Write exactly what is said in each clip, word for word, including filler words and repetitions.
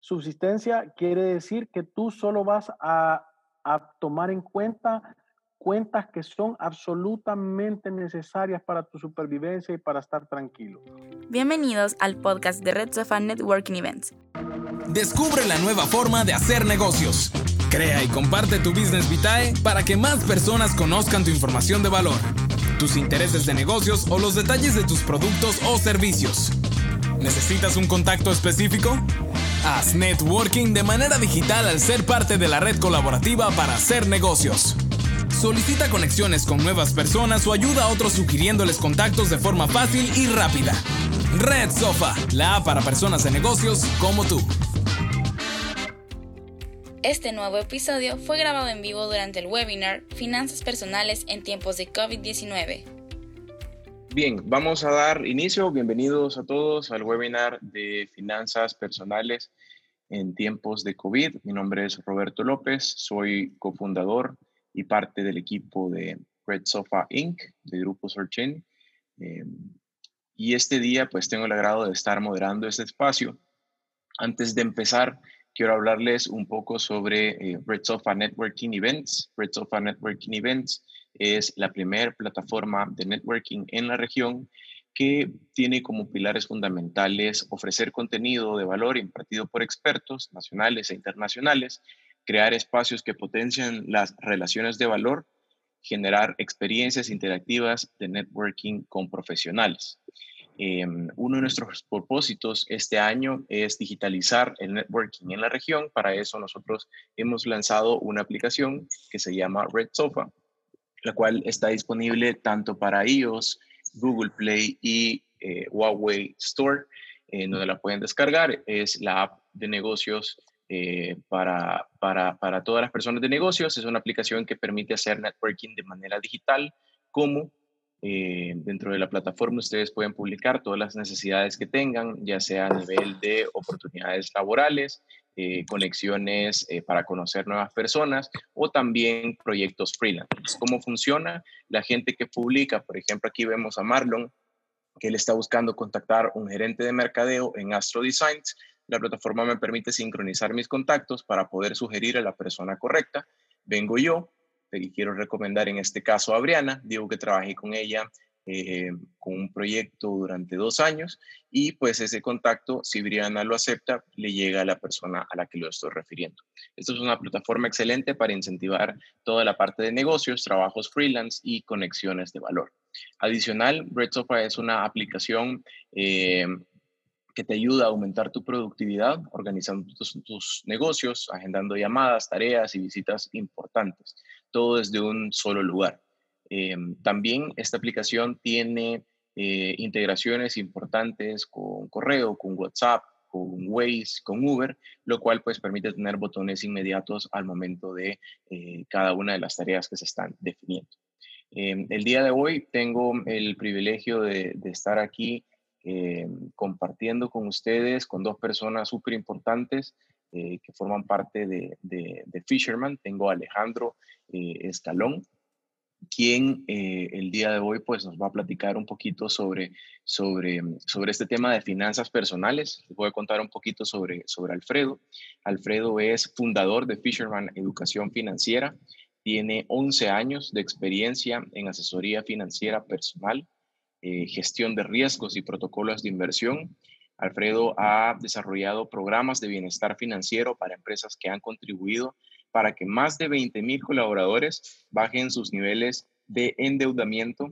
Subsistencia quiere decir que tú solo vas a, a tomar en cuenta cuentas que son absolutamente necesarias para tu supervivencia y para estar tranquilo. Bienvenidos al podcast de Red Sofa Networking Events. Descubre la nueva forma de hacer negocios. Crea y comparte tu Business Vitae para que más personas conozcan tu información de valor, tus intereses de negocios o los detalles de tus productos o servicios. ¿Necesitas un contacto específico? Haz networking de manera digital al ser parte de la red colaborativa para hacer negocios. Solicita conexiones con nuevas personas o ayuda a otros sugiriéndoles contactos de forma fácil y rápida. Red Sofa, la app para personas de negocios como tú. Este nuevo episodio fue grabado en vivo durante el webinar Finanzas Personales en tiempos de covid diecinueve. Bien, vamos a dar inicio. Bienvenidos a todos al webinar de Finanzas Personales en tiempos de COVID. Mi nombre es Roberto López, soy cofundador y parte del equipo de Red Sofa incorporated, de Grupo Search-In. Eh, y este día pues tengo el agrado de estar moderando este espacio. Antes de empezar, quiero hablarles un poco sobre eh, Red Sofa Networking Events. Red Sofa Networking Events es la primera plataforma de networking en la región que tiene como pilares fundamentales ofrecer contenido de valor impartido por expertos nacionales e internacionales, crear espacios que potencian las relaciones de valor, generar experiencias interactivas de networking con profesionales. Eh, uno de nuestros propósitos este año es digitalizar el networking en la región. Para eso nosotros hemos lanzado una aplicación que se llama Red Sofa, la cual está disponible tanto para iOS, Google Play y eh, Huawei Store, eh, donde la pueden descargar. Es la app de negocios eh, para, para, para todas las personas de negocios. Es una aplicación que permite hacer networking de manera digital, como eh, dentro de la plataforma ustedes pueden publicar todas las necesidades que tengan, ya sea a nivel de oportunidades laborales, Eh, conexiones eh, para conocer nuevas personas o también proyectos freelance. ¿Cómo funciona? La gente que publica, por ejemplo, aquí vemos a Marlon, que él está buscando contactar un gerente de mercadeo en Astro Designs. La plataforma me permite sincronizar mis contactos para poder sugerir a la persona correcta. Vengo yo, y quiero recomendar en este caso a Briana, digo que trabajé con ella Eh, con un proyecto durante dos años y pues ese contacto, si Briana lo acepta, le llega a la persona a la que lo estoy refiriendo. Esto es una plataforma excelente para incentivar toda la parte de negocios, trabajos freelance y conexiones de valor. Adicional, Red Sofa es una aplicación eh, que te ayuda a aumentar tu productividad, organizando tus, tus negocios, agendando llamadas, tareas y visitas importantes, todo desde un solo lugar. Eh, también esta aplicación tiene eh, integraciones importantes con correo, con WhatsApp, con Waze, con Uber, lo cual pues permite tener botones inmediatos al momento de eh, cada una de las tareas que se están definiendo. Eh, el día de hoy tengo el privilegio de, de estar aquí eh, compartiendo con ustedes, con dos personas súper importantes eh, que forman parte de, de, de Fisherman. Tengo a Alejandro eh, Escalón, quien eh, el día de hoy pues, nos va a platicar un poquito sobre, sobre, sobre este tema de finanzas personales. Les voy a contar un poquito sobre, sobre Alfredo. Alfredo es fundador de Fisherman Educación Financiera. Tiene once años de experiencia en asesoría financiera personal, eh, gestión de riesgos y protocolos de inversión. Alfredo ha desarrollado programas de bienestar financiero para empresas que han contribuido para que más de veinte mil colaboradores bajen sus niveles de endeudamiento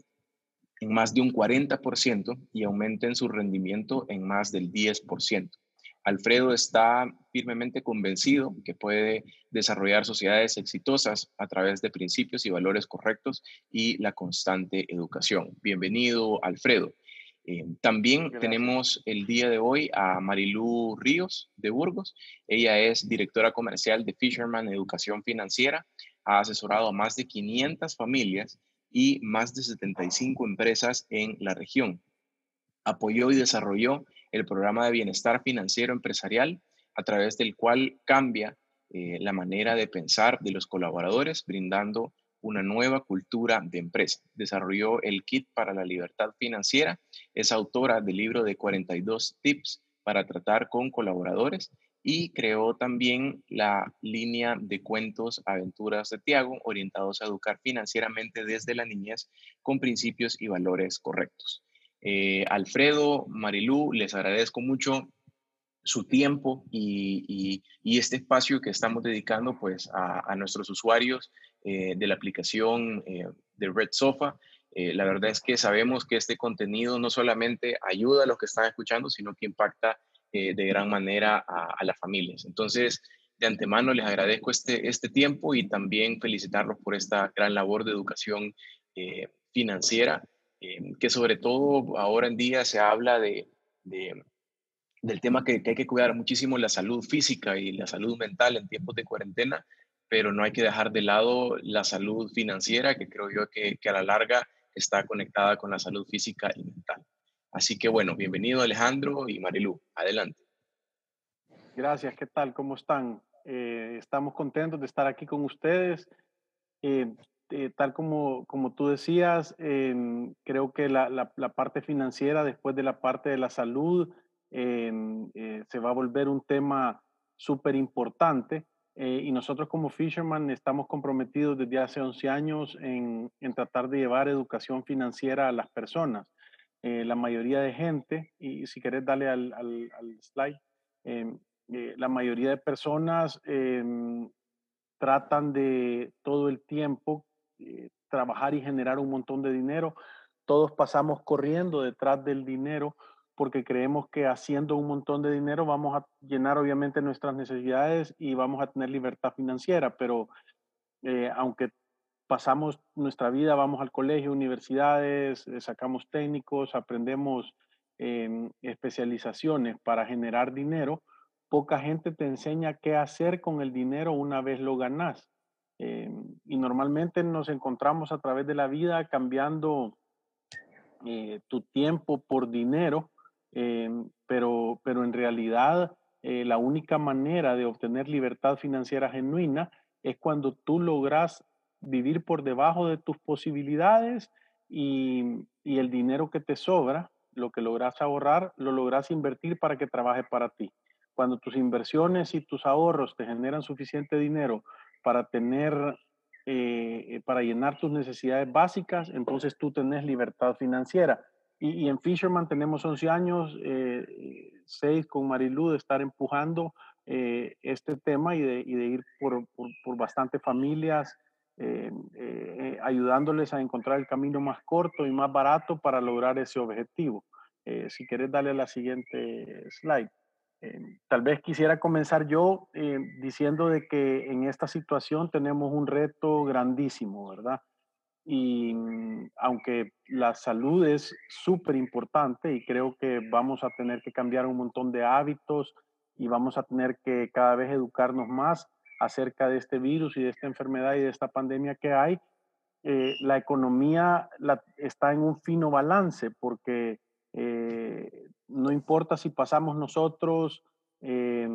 en más de un cuarenta por ciento y aumenten su rendimiento en más del diez por ciento. Alfredo está firmemente convencido que puede desarrollar sociedades exitosas a través de principios y valores correctos y la constante educación. Bienvenido, Alfredo. Eh, también Gracias. Tenemos el día de hoy a Marilú Ríos de Burgos. Ella es directora comercial de Fisherman Educación Financiera. Ha asesorado a más de quinientas familias y más de setenta y cinco empresas en la región. Apoyó y desarrolló el programa de bienestar financiero empresarial, a través del cual cambia eh, la manera de pensar de los colaboradores, brindando una nueva cultura de empresa. Desarrolló el kit para la libertad financiera, es autora del libro de cuarenta y dos tips para tratar con colaboradores y creó también la línea de cuentos Aventuras de Tiago, orientados a educar financieramente desde la niñez con principios y valores correctos. Eh, Alfredo, Marilú, les agradezco mucho su tiempo y, y, y este espacio que estamos dedicando pues a, a nuestros usuarios eh, de la aplicación eh, de Red Sofa. Eh, la verdad es que sabemos que este contenido no solamente ayuda a los que están escuchando, sino que impacta eh, de gran manera a, a las familias. Entonces, de antemano les agradezco este, este tiempo y también felicitarlos por esta gran labor de educación eh, financiera, eh, que sobre todo ahora en día se habla de, de del tema que, que hay que cuidar muchísimo la salud física y la salud mental en tiempos de cuarentena, pero no hay que dejar de lado la salud financiera, que creo yo que, que a la larga está conectada con la salud física y mental. Así que bueno, bienvenido Alejandro y Marilú, adelante. Gracias, ¿qué tal? ¿Cómo están? Eh, estamos contentos de estar aquí con ustedes. Eh, eh, tal como, como tú decías, eh, creo que la, la, la parte financiera, después de la parte de la salud, eh, eh, se va a volver un tema súper importante. Eh, y nosotros como Fisherman estamos comprometidos desde hace once años en, en tratar de llevar educación financiera a las personas. Eh, la mayoría de gente, y si querés darle al, al, al slide, eh, eh, la mayoría de personas eh, tratan de todo el tiempo eh, trabajar y generar un montón de dinero. Todos pasamos corriendo detrás del dinero porque creemos que haciendo un montón de dinero vamos a llenar obviamente nuestras necesidades y vamos a tener libertad financiera, pero eh, aunque pasamos nuestra vida, vamos al colegio, universidades, eh, sacamos técnicos, aprendemos eh, especializaciones para generar dinero, poca gente te enseña qué hacer con el dinero una vez lo ganas. Eh, y normalmente nos encontramos a través de la vida cambiando eh, tu tiempo por dinero, eh, pero, pero en realidad eh, la única manera de obtener libertad financiera genuina es cuando tú logras vivir por debajo de tus posibilidades y, y el dinero que te sobra, lo que logras ahorrar, lo logras invertir para que trabaje para ti. Cuando tus inversiones y tus ahorros te generan suficiente dinero para tener eh, para llenar tus necesidades básicas, entonces tú tenés libertad financiera. Y, y en Fisherman tenemos once años, eh, seis con Marilú, de estar empujando eh, este tema y de, y de ir por, por, por bastantes familias, eh, eh, ayudándoles a encontrar el camino más corto y más barato para lograr ese objetivo. Eh, si quieres darle a la siguiente slide. Eh, tal vez quisiera comenzar yo eh, diciendo de que en esta situación tenemos un reto grandísimo, ¿verdad? Y mm, aunque la salud es súper importante y creo que vamos a tener que cambiar un montón de hábitos y vamos a tener que cada vez educarnos más acerca de este virus y de esta enfermedad y de esta pandemia que hay, eh, la economía la, está en un fino balance porque eh, no importa si pasamos nosotros eh,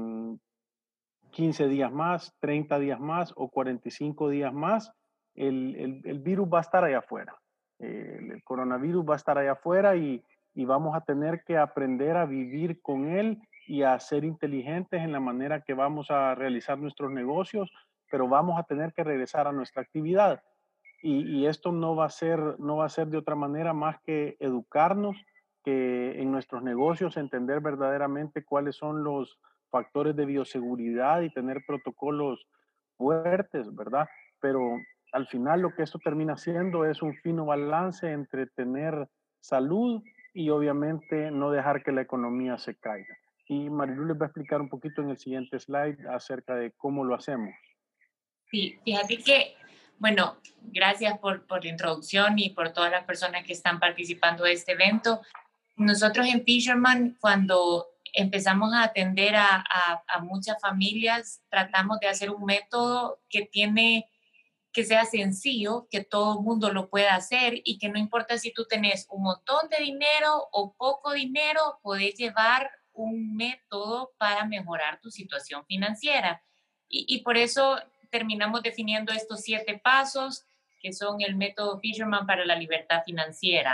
quince días más, treinta días más o cuarenta y cinco días más, el, el, el virus va a estar allá afuera. Eh, el coronavirus va a estar allá afuera y, y vamos a tener que aprender a vivir con él y a ser inteligentes en la manera que vamos a realizar nuestros negocios, pero vamos a tener que regresar a nuestra actividad. Y, y esto no va a ser, no va a ser de otra manera más que educarnos, que en nuestros negocios entender verdaderamente cuáles son los factores de bioseguridad y tener protocolos fuertes, ¿verdad? Pero al final lo que esto termina siendo es un fino balance entre tener salud y obviamente no dejar que la economía se caiga. Y Marilu les va a explicar un poquito en el siguiente slide acerca de cómo lo hacemos. Sí, fíjate que, bueno, gracias por, por la introducción y por todas las personas que están participando de este evento. Nosotros en Fisherman, cuando empezamos a atender a, a, a muchas familias, tratamos de hacer un método que tiene, que sea sencillo, que todo el mundo lo pueda hacer y que no importa si tú tenés un montón de dinero o poco dinero, podés llevar un método para mejorar tu situación financiera. Y, y por eso terminamos definiendo estos siete pasos que son el método Fisherman para la libertad financiera.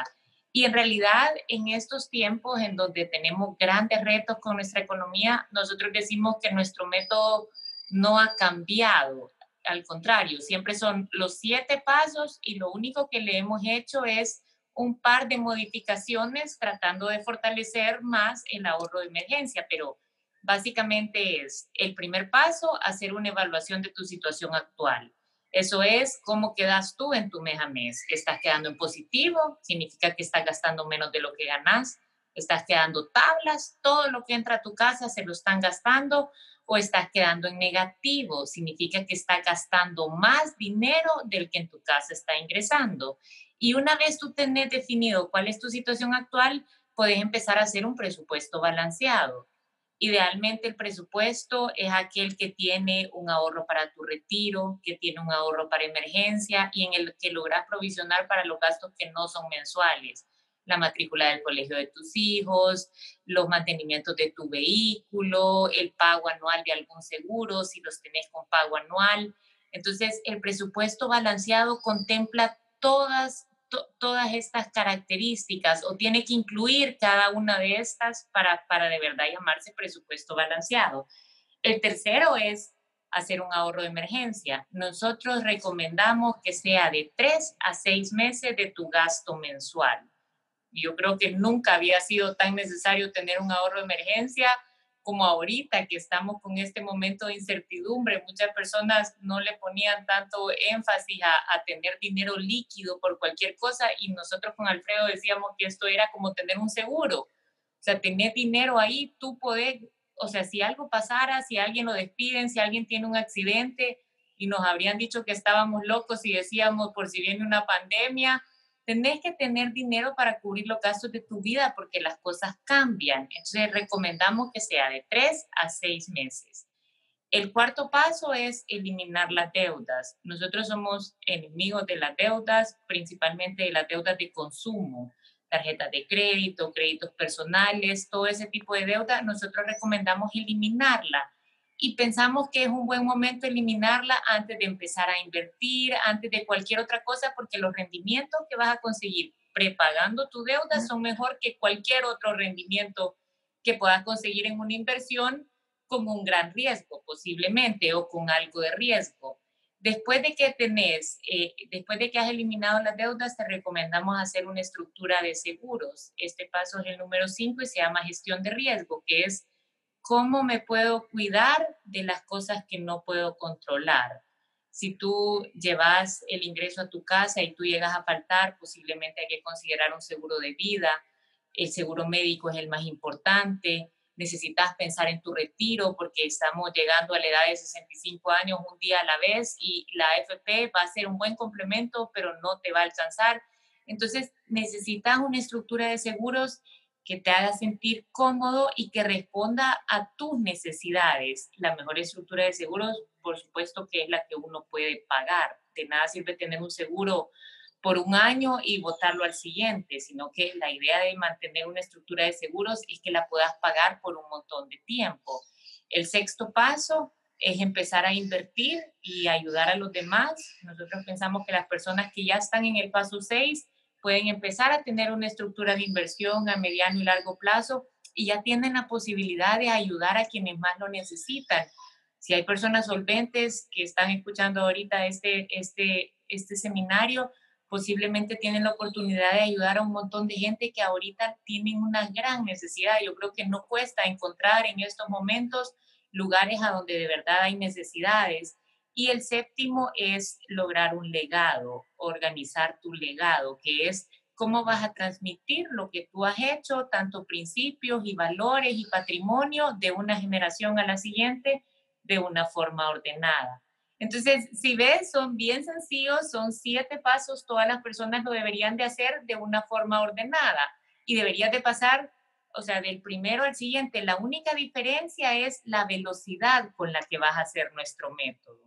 Y en realidad, en estos tiempos en donde tenemos grandes retos con nuestra economía, nosotros decimos que nuestro método no ha cambiado. Al contrario, siempre son los siete pasos y lo único que le hemos hecho es un par de modificaciones tratando de fortalecer más el ahorro de emergencia, pero básicamente es el primer paso, hacer una evaluación de tu situación actual. Eso es cómo quedas tú en tu mes a mes. ¿Estás quedando en positivo? Significa que estás gastando menos de lo que ganas. ¿Estás quedando tablas? Todo lo que entra a tu casa se lo están gastando. ¿O estás quedando en negativo? Significa que estás gastando más dinero del que en tu casa está ingresando. Y una vez tú tenés definido cuál es tu situación actual, puedes empezar a hacer un presupuesto balanceado. Idealmente el presupuesto es aquel que tiene un ahorro para tu retiro, que tiene un ahorro para emergencia y en el que logras provisionar para los gastos que no son mensuales. La matrícula del colegio de tus hijos, los mantenimientos de tu vehículo, el pago anual de algún seguro, si los tenés con pago anual. Entonces, el presupuesto balanceado contempla todas To, todas estas características o tiene que incluir cada una de estas para, para de verdad llamarse presupuesto balanceado. El tercero es hacer un ahorro de emergencia. Nosotros recomendamos que sea de tres a seis meses de tu gasto mensual. Yo creo que nunca había sido tan necesario tener un ahorro de emergencia como ahorita que estamos con este momento de incertidumbre. Muchas personas no le ponían tanto énfasis a, a tener dinero líquido por cualquier cosa y nosotros con Alfredo decíamos que esto era como tener un seguro. O sea, tener dinero ahí, tú podés, o sea, si algo pasara, si a alguien lo despiden, si alguien tiene un accidente y nos habrían dicho que estábamos locos y decíamos por si viene una pandemia, tenés que tener dinero para cubrir los gastos de tu vida porque las cosas cambian. Entonces, recomendamos que sea de tres a seis meses. El cuarto paso es eliminar las deudas. Nosotros somos enemigos de las deudas, principalmente de las deudas de consumo, tarjetas de crédito, créditos personales, todo ese tipo de deuda. Nosotros recomendamos eliminarla. Y pensamos que es un buen momento eliminarla antes de empezar a invertir, antes de cualquier otra cosa, porque los rendimientos que vas a conseguir prepagando tu deuda son mejor que cualquier otro rendimiento que puedas conseguir en una inversión con un gran riesgo, posiblemente, o con algo de riesgo. Después de que tenés, eh, después de que has eliminado las deudas, te recomendamos hacer una estructura de seguros. Este paso es el número cinco y se llama gestión de riesgo, que es ¿cómo me puedo cuidar de las cosas que no puedo controlar? Si tú llevas el ingreso a tu casa y tú llegas a faltar, posiblemente hay que considerar un seguro de vida. El seguro médico es el más importante. Necesitas pensar en tu retiro porque estamos llegando a la edad de sesenta y cinco años un día a la vez y la A F P va a ser un buen complemento, pero no te va a alcanzar. Entonces, necesitas una estructura de seguros que te haga sentir cómodo y que responda a tus necesidades. La mejor estructura de seguros, por supuesto, que es la que uno puede pagar. De nada sirve tener un seguro por un año y botarlo al siguiente, sino que la idea de mantener una estructura de seguros es que la puedas pagar por un montón de tiempo. El sexto paso es empezar a invertir y ayudar a los demás. Nosotros pensamos que las personas que ya están en el paso seis pueden empezar a tener una estructura de inversión a mediano y largo plazo y ya tienen la posibilidad de ayudar a quienes más lo necesitan. Si hay personas solventes que están escuchando ahorita este, este, este seminario, posiblemente tienen la oportunidad de ayudar a un montón de gente que ahorita tienen una gran necesidad. Yo creo que no cuesta encontrar en estos momentos lugares a donde de verdad hay necesidades. Y el séptimo es lograr un legado, organizar tu legado, que es cómo vas a transmitir lo que tú has hecho, tanto principios y valores y patrimonio de una generación a la siguiente de una forma ordenada. Entonces, si ves, son bien sencillos, son siete pasos, todas las personas lo deberían de hacer de una forma ordenada y deberías de pasar, o sea, del primero al siguiente. La única diferencia es la velocidad con la que vas a hacer nuestro método.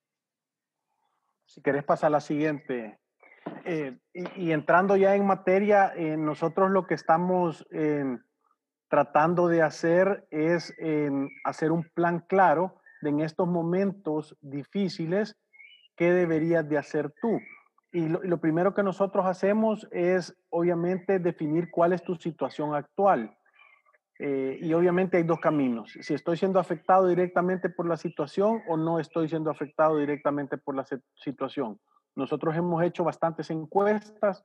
Si querés pasar a la siguiente. Eh, y, y entrando ya en materia, eh, nosotros lo que estamos eh, tratando de hacer es eh, hacer un plan claro de en estos momentos difíciles, ¿qué deberías de hacer tú? y lo, y lo primero que nosotros hacemos es, obviamente, definir cuál es tu situación actual. Eh, y obviamente hay dos caminos. Si estoy siendo afectado directamente por la situación o no estoy siendo afectado directamente por la situación. Nosotros hemos hecho bastantes encuestas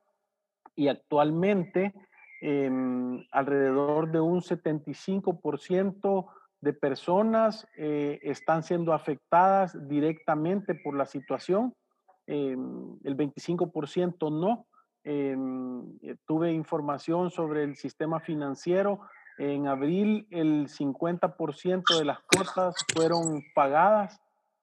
y actualmente eh, alrededor de un setenta y cinco por ciento de personas eh, están siendo afectadas directamente por la situación. Eh, el veinticinco por ciento no. Eh, tuve información sobre el sistema financiero. En abril, el cincuenta por ciento de las cuotas fueron pagadas,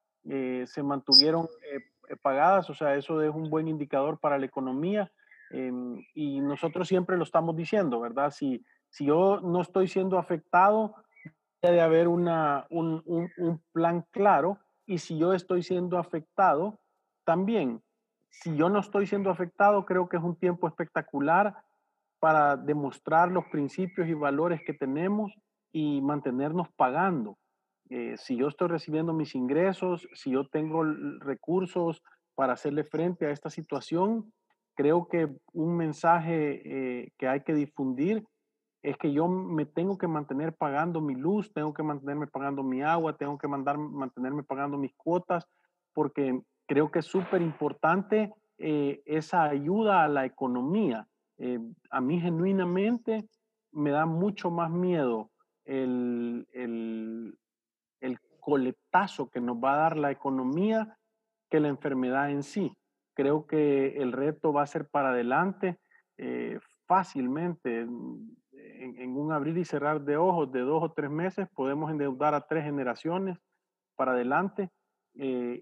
eh, se mantuvieron eh, pagadas, o sea, eso es un buen indicador para la economía. Eh, y nosotros siempre lo estamos diciendo, ¿verdad? Si, si yo no estoy siendo afectado, debe haber una, un, un, un plan claro, y si yo estoy siendo afectado, también. Si yo no estoy siendo afectado, creo que es un tiempo espectacular para demostrar los principios y valores que tenemos y mantenernos pagando. Eh, si yo estoy recibiendo mis ingresos, si yo tengo recursos para hacerle frente a esta situación, creo que un mensaje eh, que hay que difundir es que yo me tengo que mantener pagando mi luz, tengo que mantenerme pagando mi agua, tengo que mandar, mantenerme pagando mis cuotas, porque creo que es súper importante eh, esa ayuda a la economía. Eh, a mí genuinamente me da mucho más miedo el, el, el coletazo que nos va a dar la economía que la enfermedad en sí. Creo que el reto va a ser para adelante eh, fácilmente. En, en un abrir y cerrar de ojos de dos o tres meses podemos endeudar a tres generaciones para adelante. Eh,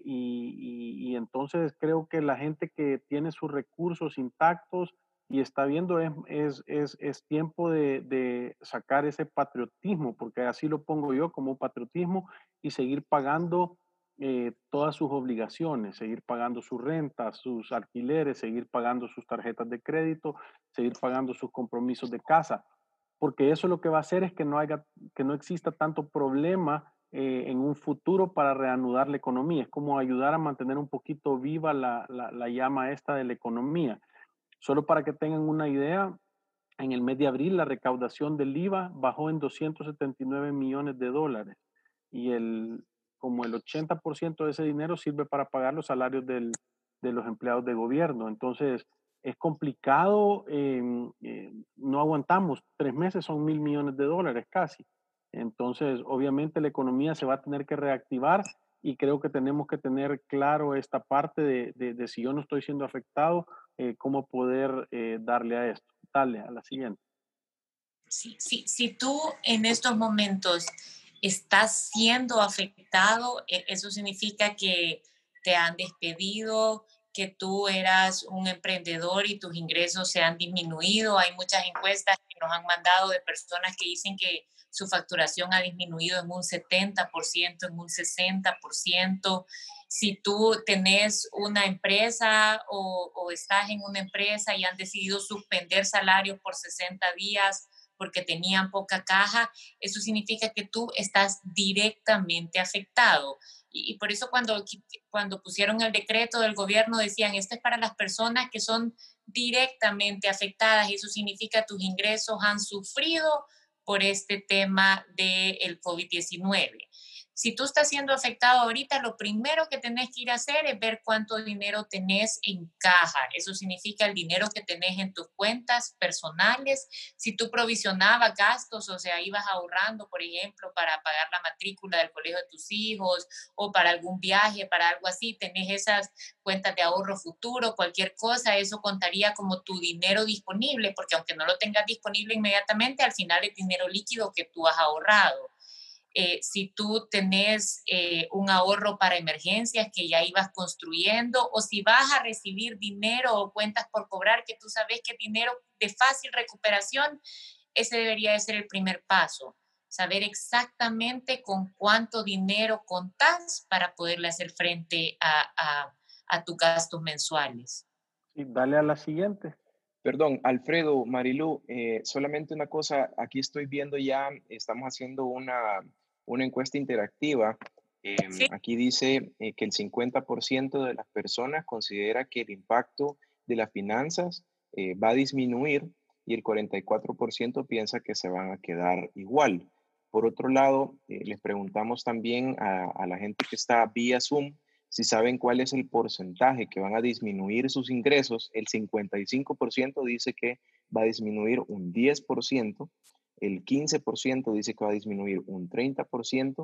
y, y, y entonces creo que la gente que tiene sus recursos intactos y está viendo es, es, es, es tiempo de, de sacar ese patriotismo, porque así lo pongo yo como un patriotismo, y seguir pagando eh, todas sus obligaciones, seguir pagando sus rentas, sus alquileres, seguir pagando sus tarjetas de crédito, seguir pagando sus compromisos de casa, porque eso lo que va a hacer es que no, haya, que no exista tanto problema eh, en un futuro para reanudar la economía. Es como ayudar a mantener un poquito viva la, la, la llama esta de la economía. Solo para que tengan una idea, en el mes de abril la recaudación del I V A bajó en doscientos setenta y nueve millones de dólares, y el, como el ochenta por ciento de ese dinero sirve para pagar los salarios del, de los empleados de gobierno. Entonces es complicado, eh, eh, no aguantamos, tres meses son mil millones de dólares casi. Entonces obviamente la economía se va a tener que reactivar, y creo que tenemos que tener claro esta parte de, de, de si yo no estoy siendo afectado, eh, cómo poder eh, darle a esto. Dale a la siguiente. Sí, sí, si tú en estos momentos estás siendo afectado, eso significa que te han despedido, que tú eras un emprendedor y tus ingresos se han disminuido. Hay muchas encuestas que nos han mandado de personas que dicen que su facturación ha disminuido en un setenta por ciento, en un sesenta por ciento. Si tú tenés una empresa o, o estás en una empresa y han decidido suspender salarios por sesenta días porque tenían poca caja, eso significa que tú estás directamente afectado. Y, y por eso cuando, cuando pusieron el decreto del gobierno decían, esto es para las personas que son directamente afectadas, y eso significa que tus ingresos han sufrido por este tema del COVID diecinueve. Si tú estás siendo afectado ahorita, lo primero que tenés que ir a hacer es ver cuánto dinero tenés en caja. Eso significa el dinero que tenés en tus cuentas personales. Si tú provisionabas gastos, o sea, ibas ahorrando, por ejemplo, para pagar la matrícula del colegio de tus hijos o para algún viaje, para algo así, tenés esas cuentas de ahorro futuro, cualquier cosa, eso contaría como tu dinero disponible, porque aunque no lo tengas disponible inmediatamente, al final es dinero líquido que tú has ahorrado. Eh, si tú tenés eh, un ahorro para emergencias que ya ibas construyendo, o si vas a recibir dinero o cuentas por cobrar que tú sabes que es dinero de fácil recuperación, ese debería de ser el primer paso. Saber exactamente con cuánto dinero contás para poderle hacer frente a, a, a tus gastos mensuales. Y dale a la siguiente. Perdón, Alfredo, Marilú, eh, solamente una cosa, aquí estoy viendo ya, estamos haciendo una, una encuesta interactiva Em, Sí. aquí dice eh, que el cincuenta por ciento de las personas considera que el impacto de las finanzas eh, va a disminuir y el cuarenta y cuatro por ciento piensa que se van a quedar igual. Por otro lado, eh, les preguntamos también a, a la gente que está vía Zoom si saben cuál es el porcentaje que van a disminuir sus ingresos. El cincuenta y cinco por ciento dice que va a disminuir un diez por ciento, el quince por ciento dice que va a disminuir un treinta por ciento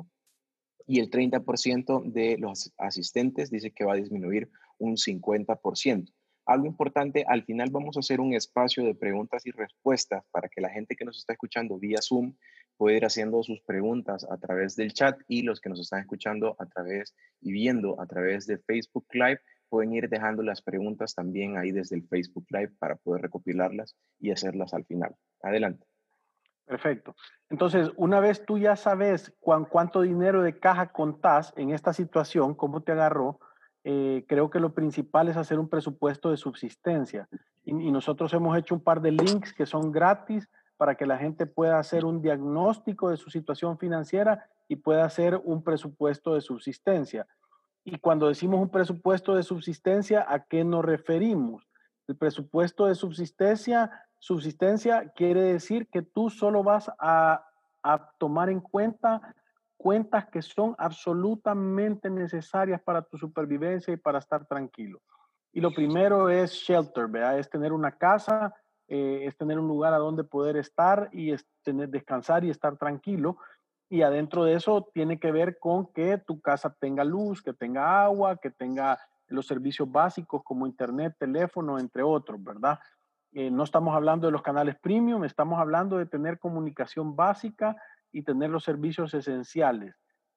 y el treinta por ciento de los asistentes dice que va a disminuir un cincuenta por ciento. Algo importante, al final vamos a hacer un espacio de preguntas y respuestas para que la gente que nos está escuchando vía Zoom pueda ir haciendo sus preguntas a través del chat, y los que nos están escuchando a través y viendo a través de Facebook Live pueden ir dejando las preguntas también ahí desde el Facebook Live para poder recopilarlas y hacerlas al final. Adelante. Perfecto. Entonces, una vez tú ya sabes cuán, cuánto dinero de caja contás en esta situación, cómo te agarró, eh, creo que lo principal es hacer un presupuesto de subsistencia. Y, y nosotros hemos hecho un par de links que son gratis para que la gente pueda hacer un diagnóstico de su situación financiera y pueda hacer un presupuesto de subsistencia. Y cuando decimos un presupuesto de subsistencia, ¿a qué nos referimos? El presupuesto de subsistencia, subsistencia quiere decir que tú solo vas a, a tomar en cuenta cuentas que son absolutamente necesarias para tu supervivencia y para estar tranquilo. Y lo primero es shelter, ¿verdad? Es tener una casa, eh, es tener un lugar a donde poder estar y es tener, descansar y estar tranquilo. Y adentro de eso tiene que ver con que tu casa tenga luz, que tenga agua, que tenga los servicios básicos como internet, teléfono, entre otros, ¿verdad? Eh, no estamos hablando de los canales premium, estamos hablando de tener comunicación básica y tener los servicios esenciales.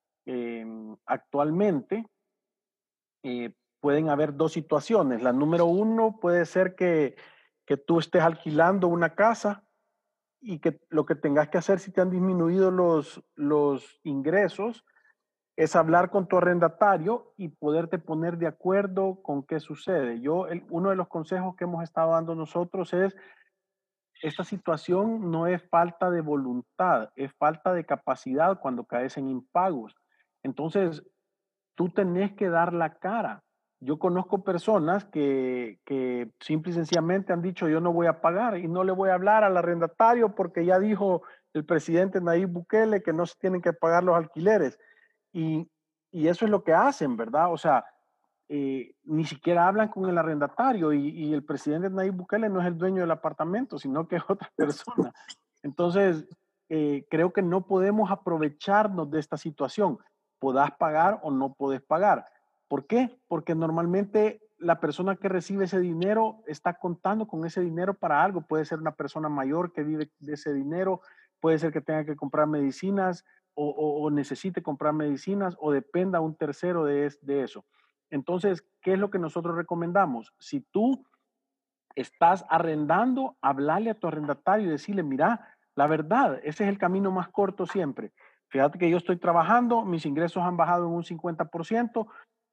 Eh, actualmente eh, pueden haber dos situaciones. La número uno puede ser que, que tú estés alquilando una casa y que lo que tengas que hacer si te han disminuido los, los ingresos es hablar con tu arrendatario y poderte poner de acuerdo con qué sucede. Yo, el, uno de los consejos que hemos estado dando nosotros es, esta situación no es falta de voluntad, es falta de capacidad cuando caes en impagos. Entonces, tú tenés que dar la cara. Yo conozco personas que, que simple y sencillamente han dicho yo no voy a pagar y no le voy a hablar al arrendatario porque ya dijo el presidente Nayib Bukele que no se tienen que pagar los alquileres. Y, y eso es lo que hacen, ¿verdad? O sea, eh, ni siquiera hablan con el arrendatario y, y el presidente Nayib Bukele no es el dueño del apartamento, sino que es otra persona. Entonces, eh, creo que no podemos aprovecharnos de esta situación. Podás pagar o no podés pagar. ¿Por qué? Porque normalmente la persona que recibe ese dinero está contando con ese dinero para algo. Puede ser una persona mayor que vive de ese dinero, puede ser que tenga que comprar medicinas o, o, o necesite comprar medicinas o dependa un tercero de, de eso. Entonces, ¿qué es lo que nosotros recomendamos? Si tú estás arrendando, hablarle a tu arrendatario y decirle, mira, la verdad, ese es el camino más corto siempre. Fíjate que yo estoy trabajando, mis ingresos han bajado en un cincuenta por ciento,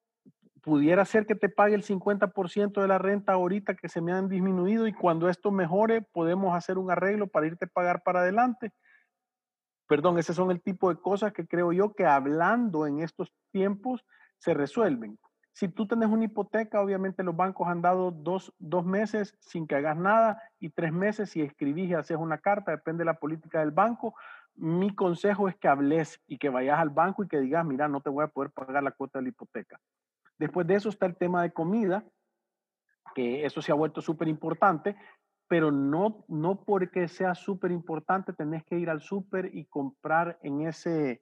pudiera ser que te pague el cincuenta por ciento de la renta ahorita que se me han disminuido y cuando esto mejore podemos hacer un arreglo para irte a pagar para adelante. Perdón, ese son el tipo de cosas que creo yo que hablando en estos tiempos se resuelven. Si tú tienes una hipoteca, obviamente los bancos han dado dos, dos meses sin que hagas nada y tres meses si escribís y haces una carta, depende de la política del banco. Mi consejo es que hables y que vayas al banco y que digas, mira, no te voy a poder pagar la cuota de la hipoteca. Después de eso está el tema de comida, que eso se ha vuelto súper importante, pero no, no porque sea súper importante tenés que ir al súper y comprar en ese...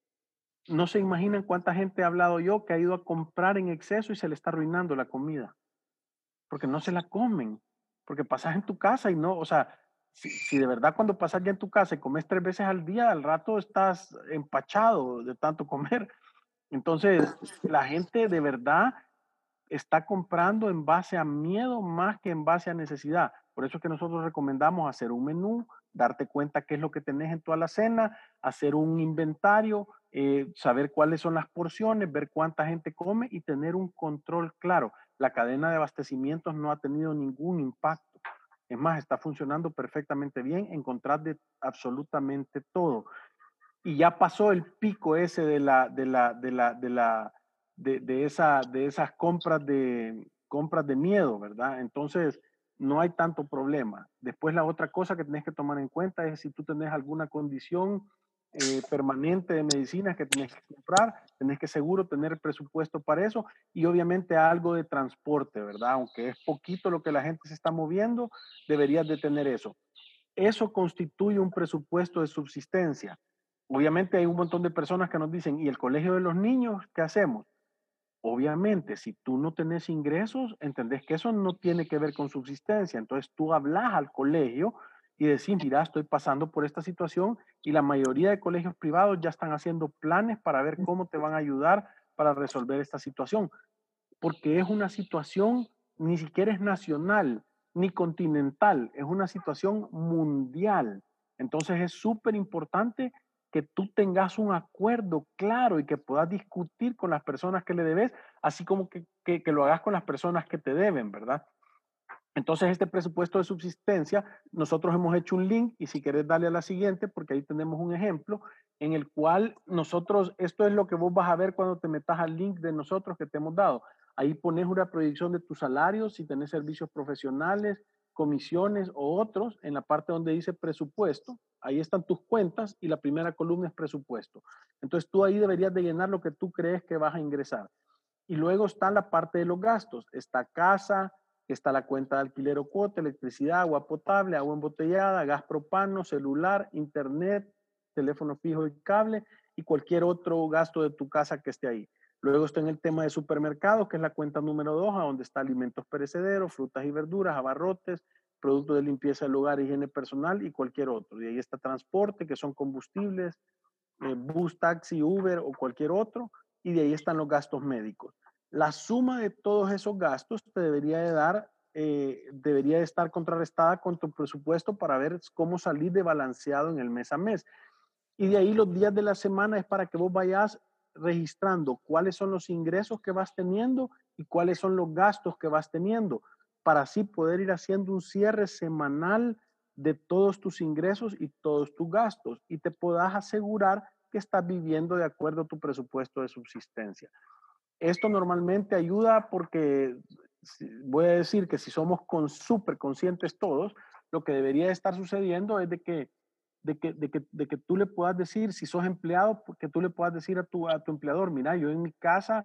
No se imaginan cuánta gente he hablado yo que ha ido a comprar en exceso y se le está arruinando la comida, porque no se la comen, porque pasas en tu casa y no, o sea, si, si de verdad cuando pasas ya en tu casa y comes tres veces al día, al rato estás empachado de tanto comer. Entonces, la gente de verdad está comprando en base a miedo más que en base a necesidad. Por eso es que nosotros recomendamos hacer un menú, darte cuenta qué es lo que tenés en tu alacena, hacer un inventario, eh, saber cuáles son las porciones, ver cuánta gente come y tener un control claro. La cadena de abastecimientos no ha tenido ningún impacto. Es más, está funcionando perfectamente bien, encontrar de absolutamente todo. y ya pasó el pico ese de la, de la, de la, de la, de, de esa, de esas compras de, compras de miedo, ¿verdad? Entonces, no hay tanto problema. Después, la otra cosa que tenés que tomar en cuenta es si tú tenés alguna condición eh, permanente de medicinas que tenés que comprar, tenés que seguro tener presupuesto para eso y obviamente algo de transporte, ¿verdad? Aunque es poquito lo que la gente se está moviendo, deberías de tener eso. Eso constituye un presupuesto de subsistencia. Obviamente hay un montón de personas que nos dicen, ¿y el colegio de los niños qué hacemos? Obviamente, si tú no tenés ingresos, entendés que eso no tiene que ver con subsistencia. Entonces tú hablas al colegio y decís, mira, estoy pasando por esta situación y la mayoría de colegios privados ya están haciendo planes para ver cómo te van a ayudar para resolver esta situación. Porque es una situación, ni siquiera es nacional, ni continental, es una situación mundial. Entonces es súper importante que tú tengas un acuerdo claro y que puedas discutir con las personas que le debes, así como que, que, que lo hagas con las personas que te deben, ¿verdad? Entonces, este presupuesto de subsistencia, nosotros hemos hecho un link y si querés darle a la siguiente, porque ahí tenemos un ejemplo en el cual nosotros, esto es lo que vos vas a ver cuando te metas al link de nosotros que te hemos dado. Ahí pones una proyección de tus salarios, si tenés servicios profesionales, comisiones o otros, en la parte donde dice presupuesto, ahí están tus cuentas y la primera columna es presupuesto. Entonces, tú ahí deberías de llenar lo que tú crees que vas a ingresar. Y luego está la parte de los gastos, está casa, está la cuenta de alquiler o cuota, electricidad, agua potable, agua embotellada, gas propano, celular, internet, teléfono fijo y cable y cualquier otro gasto de tu casa que esté ahí. Luego está en el tema de supermercados, que es la cuenta número dos, a donde está alimentos perecederos, frutas y verduras, abarrotes, productos de limpieza del hogar, higiene personal y cualquier otro. Y ahí está transporte, que son combustibles, eh, bus, taxi, Uber o cualquier otro. Y de ahí están los gastos médicos. La suma de todos esos gastos te debería de dar, eh, debería de estar contrarrestada con tu presupuesto para ver cómo salir de balanceado en el mes a mes. Y de ahí los días de la semana es para que vos vayas registrando cuáles son los ingresos que vas teniendo y cuáles son los gastos que vas teniendo, para así poder ir haciendo un cierre semanal de todos tus ingresos y todos tus gastos y te puedas asegurar que estás viviendo de acuerdo a tu presupuesto de subsistencia. Esto normalmente ayuda porque voy a decir que si somos con súper conscientes todos, lo que debería estar sucediendo es de que, de, que, de, que, de que tú le puedas decir, si sos empleado, que tú le puedas decir a tu, a tu empleador, mira, yo en mi casa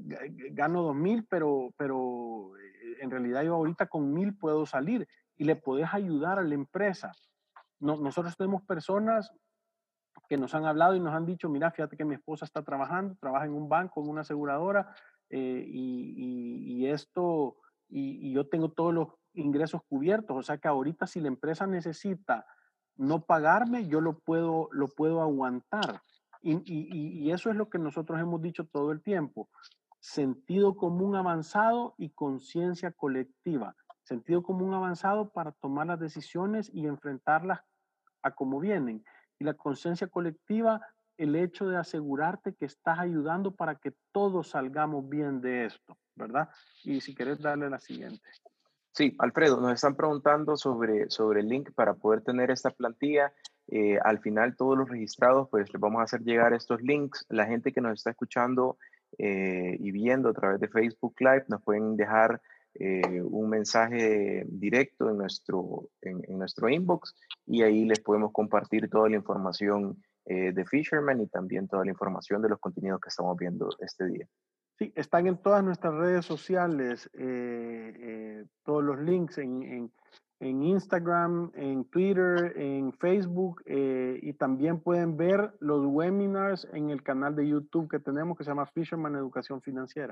gano dos mil, pero, pero en realidad yo ahorita con mil puedo salir y le podés ayudar a la empresa. No, nosotros tenemos personas que nos han hablado y nos han dicho, mira, fíjate que mi esposa está trabajando, trabaja en un banco, en una aseguradora, eh, y, y, y, esto, y, y yo tengo todos los ingresos cubiertos, o sea que ahorita si la empresa necesita no pagarme, yo lo puedo, lo puedo aguantar. Y, y, y eso es lo que nosotros hemos dicho todo el tiempo, sentido común avanzado y conciencia colectiva. Sentido común avanzado para tomar las decisiones y enfrentarlas a como vienen. Y la conciencia colectiva, el hecho de asegurarte que estás ayudando para que todos salgamos bien de esto, ¿verdad? Y si querés darle la siguiente. Sí, Alfredo, nos están preguntando sobre, sobre el link para poder tener esta plantilla. Eh, al final, todos los registrados, pues les vamos a hacer llegar estos links. La gente que nos está escuchando eh, y viendo a través de Facebook Live, nos pueden dejar eh, un mensaje directo en nuestro, en, en nuestro inbox y ahí les podemos compartir toda la información eh, de Fisherman y también toda la información de los contenidos que estamos viendo este día. Sí, están en todas nuestras redes sociales, eh, eh, todos los links en, en, en, Instagram, en Twitter, en Facebook, eh, y también pueden ver los webinars en el canal de YouTube que tenemos que se llama Fisherman Educación Financiera.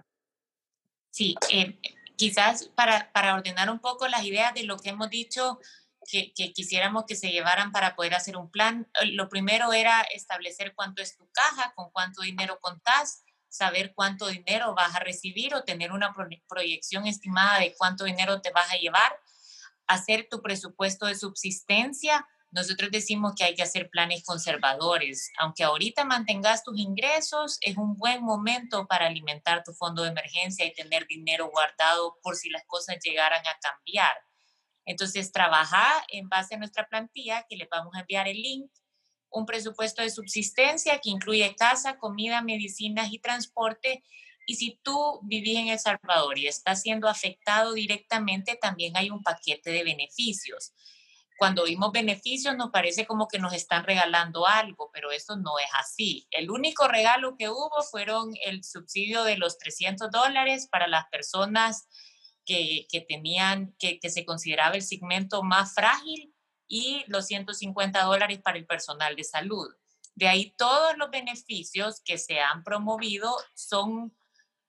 Sí, eh, quizás para, para ordenar un poco las ideas de lo que hemos dicho que, que quisiéramos que se llevaran para poder hacer un plan, lo primero era establecer cuánto es tu caja, con cuánto dinero contás, saber cuánto dinero vas a recibir o tener una proyección estimada de cuánto dinero te vas a llevar, hacer tu presupuesto de subsistencia. Nosotros decimos que hay que hacer planes conservadores. Aunque ahorita mantengas tus ingresos, es un buen momento para alimentar tu fondo de emergencia y tener dinero guardado por si las cosas llegaran a cambiar. Entonces, trabaja en base a nuestra plantilla, que les vamos a enviar el link, un presupuesto de subsistencia que incluye casa, comida, medicinas y transporte. Y si tú vivís en El Salvador y estás siendo afectado directamente, también hay un paquete de beneficios. Cuando vimos beneficios nos parece como que nos están regalando algo, pero eso no es así. El único regalo que hubo fueron el subsidio de los trescientos dólares para las personas que, que tenían, que, que se consideraba el segmento más frágil, y los ciento cincuenta dólares para el personal de salud. De ahí todos los beneficios que se han promovido son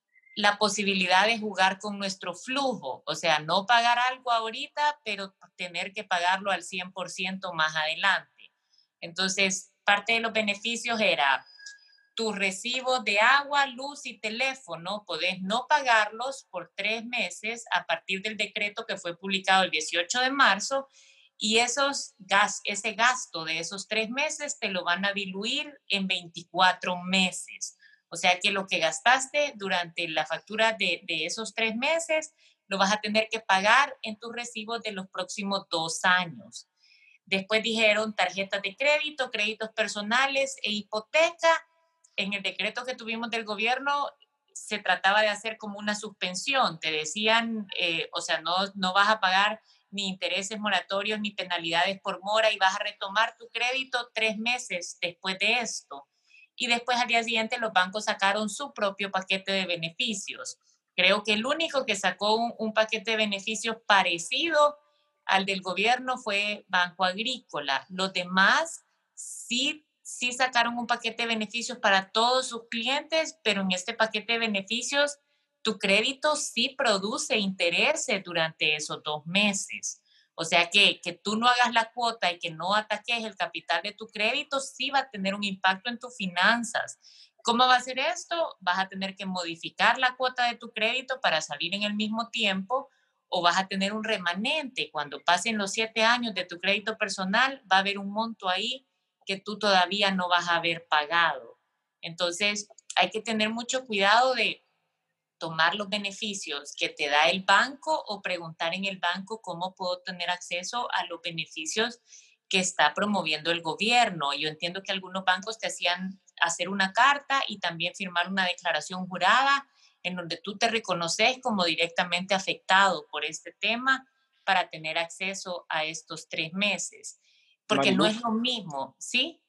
la posibilidad de jugar con nuestro flujo, o sea, no pagar algo ahorita, pero tener que pagarlo al cien por ciento más adelante. Entonces, parte de los beneficios era tus recibos de agua, luz y teléfono, podés no pagarlos por tres meses a partir del decreto que fue publicado el dieciocho de marzo, y esos gas, ese gasto de esos tres meses te lo van a diluir en veinticuatro meses. O sea que lo que gastaste durante la factura de, de esos tres meses lo vas a tener que pagar en tus recibos de los próximos dos años. Después dijeron tarjetas de crédito, créditos personales e hipoteca. En el decreto que tuvimos del gobierno se trataba de hacer como una suspensión. Te decían, eh, o sea, no, no vas a pagar ni intereses moratorios ni penalidades por mora y vas a retomar tu crédito tres meses después de esto. Y después al día siguiente los bancos sacaron su propio paquete de beneficios. Creo que el único que sacó un, un paquete de beneficios parecido al del gobierno fue Banco Agrícola. Los demás sí, sí sacaron un paquete de beneficios para todos sus clientes, pero en este paquete de beneficios tu crédito sí produce intereses durante esos dos meses. O sea que, que tú no hagas la cuota y que no ataques el capital de tu crédito sí va a tener un impacto en tus finanzas. ¿Cómo va a ser esto? Vas a tener que modificar la cuota de tu crédito para salir en el mismo tiempo, o vas a tener un remanente. Cuando pasen los siete años de tu crédito personal, va a haber un monto ahí que tú todavía no vas a haber pagado. Entonces, hay que tener mucho cuidado de tomar los beneficios que te da el banco o preguntar en el banco cómo puedo tener acceso a los beneficios que está promoviendo el gobierno. Yo entiendo que algunos bancos te hacían hacer una carta y también firmar una declaración jurada en donde tú te reconoces como directamente afectado por este tema para tener acceso a estos tres meses. Porque Mariluz, no es lo mismo, ¿sí?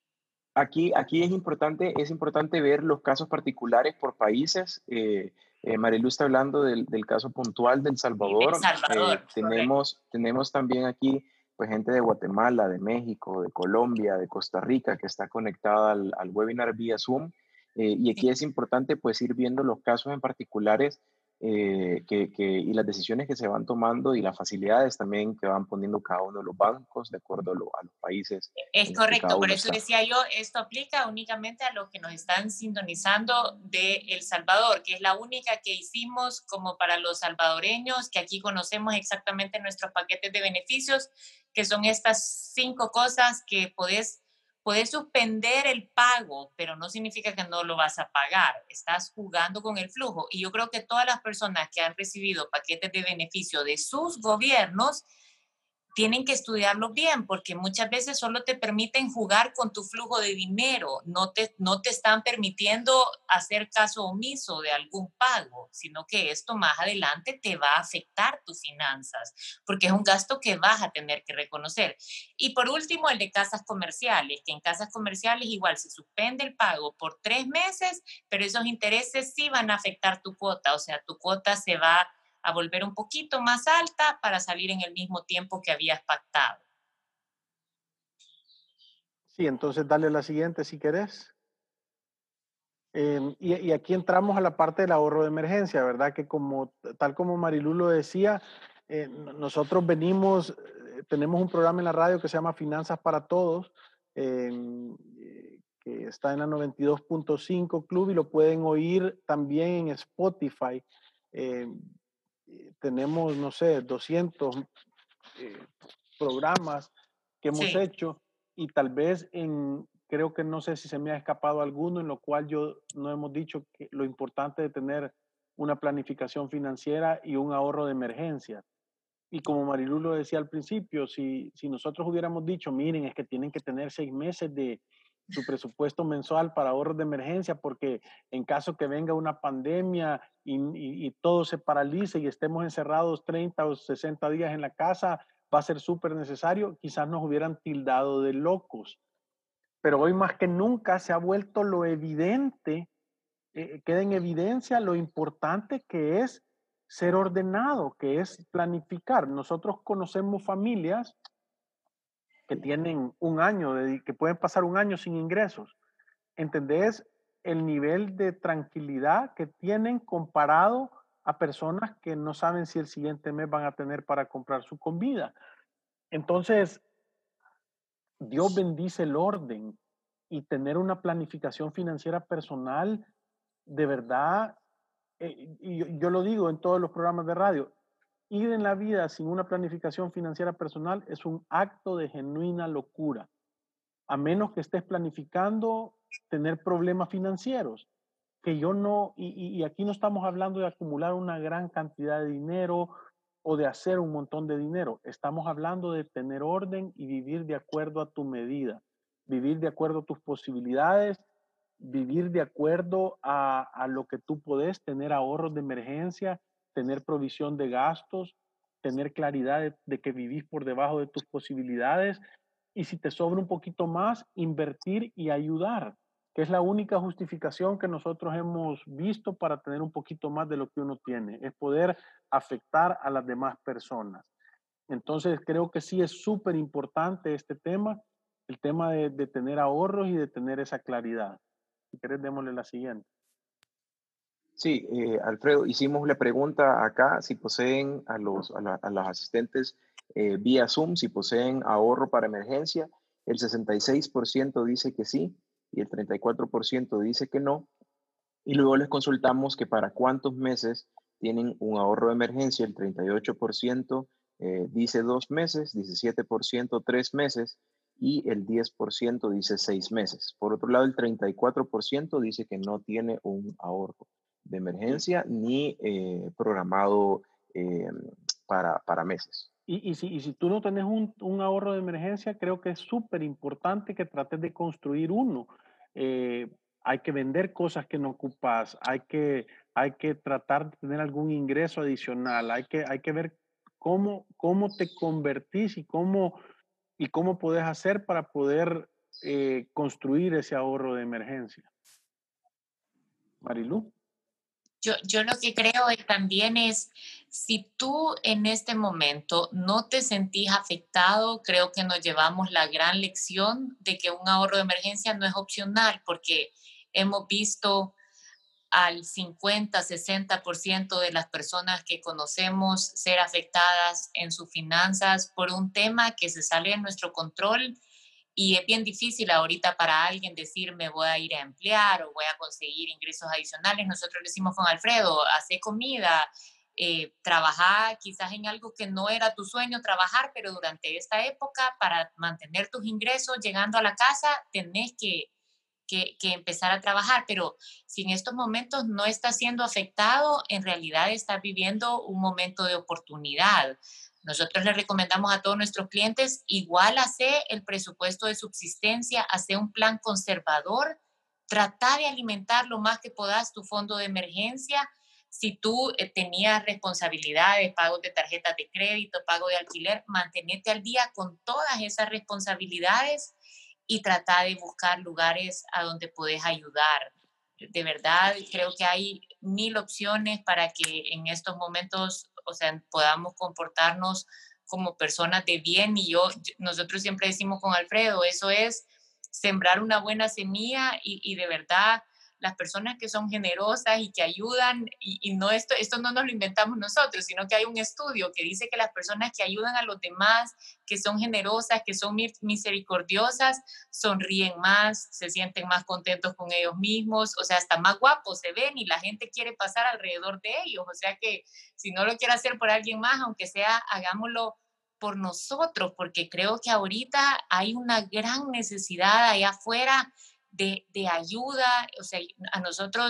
Aquí, aquí es importante, es importante ver los casos particulares por países. Eh, eh, Marilu está hablando del, del caso puntual de El Sí, de El Salvador. Salvador, Eh, correcto. tenemos, tenemos también aquí pues, gente de Guatemala, de México, de Colombia, de Costa Rica, que está conectada al, al webinar vía Zoom. Eh, y aquí Sí. es importante pues, ir viendo los casos en particulares eh, que, que, y las decisiones que se van tomando y las facilidades también que van poniendo cada uno de los bancos de acuerdo a, lo, a los países Es en los que cada correcto, por uno eso está. decía yo, esto aplica únicamente a los que nos están sintonizando de El Salvador, que es la única que hicimos como para los salvadoreños, que aquí conocemos exactamente nuestros paquetes de beneficios, que son estas cinco cosas que podés, podés suspender el pago, pero no significa que no lo vas a pagar, estás jugando con el flujo. Y yo creo que todas las personas que han recibido paquetes de beneficio de sus gobiernos tienen que estudiarlo bien, porque muchas veces solo te permiten jugar con tu flujo de dinero, no te, no te están permitiendo hacer caso omiso de algún pago, sino que esto más adelante te va a afectar tus finanzas, porque es un gasto que vas a tener que reconocer. Y por último, el de casas comerciales, que en casas comerciales igual se suspende el pago por tres meses, pero esos intereses sí van a afectar tu cuota, o sea, tu cuota se va a volver un poquito más alta para salir en el mismo tiempo que habías pactado. Sí, entonces dale la siguiente si querés. Eh, y, y aquí entramos a la parte del ahorro de emergencia, ¿verdad? Que como, tal como Marilu lo decía, eh, nosotros venimos, eh, tenemos un programa en la radio que se llama Finanzas para Todos, eh, que está en la noventa y dos punto cinco Club y lo pueden oír también en Spotify. Eh, tenemos, no sé, doscientos eh, programas que hemos Sí. hecho y tal vez en, creo que no sé si se me ha escapado alguno en lo cual yo no hemos dicho que lo importante de tener una planificación financiera y un ahorro de emergencia. Y como Marilu lo decía al principio, si, si nosotros hubiéramos dicho, miren, es que tienen que tener seis meses de su presupuesto mensual para ahorros de emergencia, porque en caso que venga una pandemia y, y, y todo se paralice y estemos encerrados treinta o sesenta días en la casa, va a ser súper necesario, quizás nos hubieran tildado de locos. Pero hoy más que nunca se ha vuelto lo evidente, eh, queda en evidencia lo importante que es ser ordenado, que es planificar. Nosotros conocemos familias que tienen un año, de, que pueden pasar un año sin ingresos. ¿Entendés el nivel de tranquilidad que tienen comparado a personas que no saben si el siguiente mes van a tener para comprar su comida? Entonces, Dios bendice el orden y tener una planificación financiera personal, de verdad, eh, y yo, yo lo digo en todos los programas de radio, ir en la vida sin una planificación financiera personal es un acto de genuina locura, a menos que estés planificando tener problemas financieros, que yo no, y, y aquí no estamos hablando de acumular una gran cantidad de dinero o de hacer un montón de dinero, estamos hablando de tener orden y vivir de acuerdo a tu medida, vivir de acuerdo a tus posibilidades, vivir de acuerdo a, a lo que tú podés, tener ahorros de emergencia, tener provisión de gastos, tener claridad de, de que vivís por debajo de tus posibilidades y si te sobra un poquito más, invertir y ayudar, que es la única justificación que nosotros hemos visto para tener un poquito más de lo que uno tiene, es poder afectar a las demás personas. Entonces creo que sí es súper importante este tema, el tema de, de tener ahorros y de tener esa claridad. Si querés, démosle la siguiente. Sí, eh, Alfredo, hicimos la pregunta acá si poseen a los, a la, a los asistentes eh, vía Zoom, si poseen ahorro para emergencia. El sesenta y seis por ciento dice que sí y el treinta y cuatro por ciento dice que no. Y luego les consultamos que para cuántos meses tienen un ahorro de emergencia. El treinta y ocho por ciento eh, dice dos meses, diecisiete por ciento tres meses y el diez por ciento dice seis meses. Por otro lado, el treinta y cuatro por ciento dice que no tiene un ahorro de emergencia ni eh, programado eh, para, para meses. Y, y, si, y si tú no tenés un, un ahorro de emergencia, creo que es súper importante que trates de construir uno. Eh, hay que vender cosas que no ocupas, hay que, hay que tratar de tener algún ingreso adicional, hay que, hay que ver cómo, cómo te convertís y cómo, y cómo puedes hacer para poder eh, construir ese ahorro de emergencia. Marilu. Yo, yo lo que creo también es, si tú en este momento no te sentís afectado, creo que nos llevamos la gran lección de que un ahorro de emergencia no es opcional, porque hemos visto al cincuenta, sesenta por ciento de las personas que conocemos ser afectadas en sus finanzas por un tema que se sale de nuestro control. Y es bien difícil ahorita para alguien decir me voy a ir a emplear o voy a conseguir ingresos adicionales. Nosotros le decimos con Alfredo, hace comida, eh, trabajar quizás en algo que no era tu sueño trabajar, pero durante esta época para mantener tus ingresos llegando a la casa tenés que, que, que empezar a trabajar. Pero si en estos momentos no estás siendo afectado, en realidad estás viviendo un momento de oportunidad. Nosotros les recomendamos a todos nuestros clientes, igual hacer el presupuesto de subsistencia, hacer un plan conservador, trata de alimentar lo más que puedas tu fondo de emergencia. Si tú eh, tenías responsabilidades, pagos de tarjetas de crédito, pago de alquiler, mantenete al día con todas esas responsabilidades y trata de buscar lugares a donde puedes ayudar. De verdad, creo que hay mil opciones para que en estos momentos, o sea, podamos comportarnos como personas de bien. Y yo, nosotros siempre decimos con Alfredo, eso es sembrar una buena semilla y, y de verdad las personas que son generosas y que ayudan, y, y no esto, esto no nos lo inventamos nosotros, sino que hay un estudio que dice que las personas que ayudan a los demás, que son generosas, que son misericordiosas, sonríen más, se sienten más contentos con ellos mismos, o sea, hasta más guapos se ven y la gente quiere pasar alrededor de ellos. O sea que si no lo quiere hacer por alguien más, aunque sea, hagámoslo por nosotros, porque creo que ahorita hay una gran necesidad allá afuera De, de ayuda. O sea, a nosotros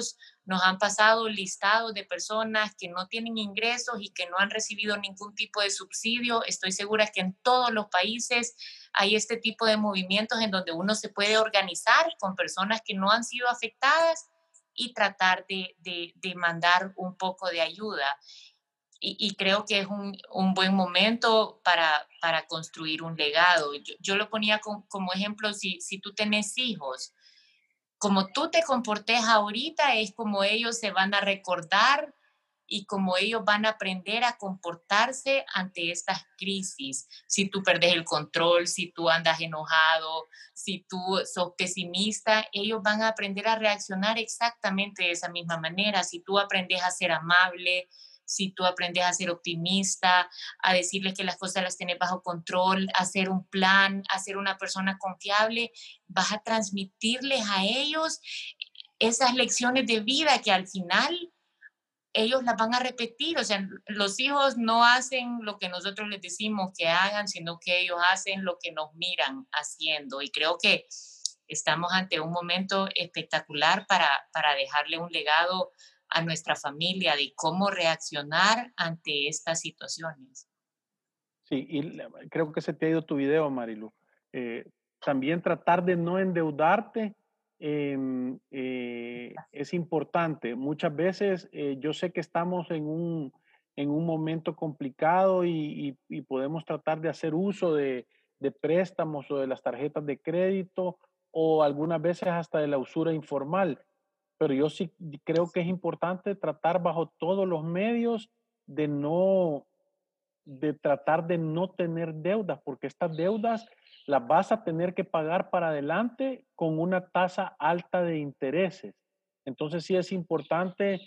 nos han pasado listados de personas que no tienen ingresos y que no han recibido ningún tipo de subsidio. Estoy segura que en todos los países hay este tipo de movimientos en donde uno se puede organizar con personas que no han sido afectadas y tratar de, de, de mandar un poco de ayuda. Y, y creo que es un, un buen momento para, para construir un legado. Yo, yo lo ponía con, como ejemplo, si, si tú tenés hijos, como tú te comportes ahorita es como ellos se van a recordar y como ellos van a aprender a comportarse ante estas crisis. Si tú perdes el control, si tú andas enojado, si tú sos pesimista, ellos van a aprender a reaccionar exactamente de esa misma manera. Si tú aprendes a ser amable, si tú aprendes a ser optimista, a decirles que las cosas las tenés bajo control, a hacer un plan, a ser una persona confiable, vas a transmitirles a ellos esas lecciones de vida que al final ellos las van a repetir. O sea, los hijos no hacen lo que nosotros les decimos que hagan, sino que ellos hacen lo que nos miran haciendo. Y creo que estamos ante un momento espectacular para, para dejarle un legado a nuestra familia de cómo reaccionar ante estas situaciones. Sí, y creo que se te ha ido tu video, Marilu. Eh, también tratar de no endeudarte eh, eh, es importante. Muchas veces eh, yo sé que estamos en un, en un momento complicado y, y, y podemos tratar de hacer uso de, de préstamos o de las tarjetas de crédito o algunas veces hasta de la usura informal. Pero yo sí creo que es importante tratar bajo todos los medios de no, de tratar de no tener deudas, porque estas deudas las vas a tener que pagar para adelante con una tasa alta de intereses. Entonces sí es importante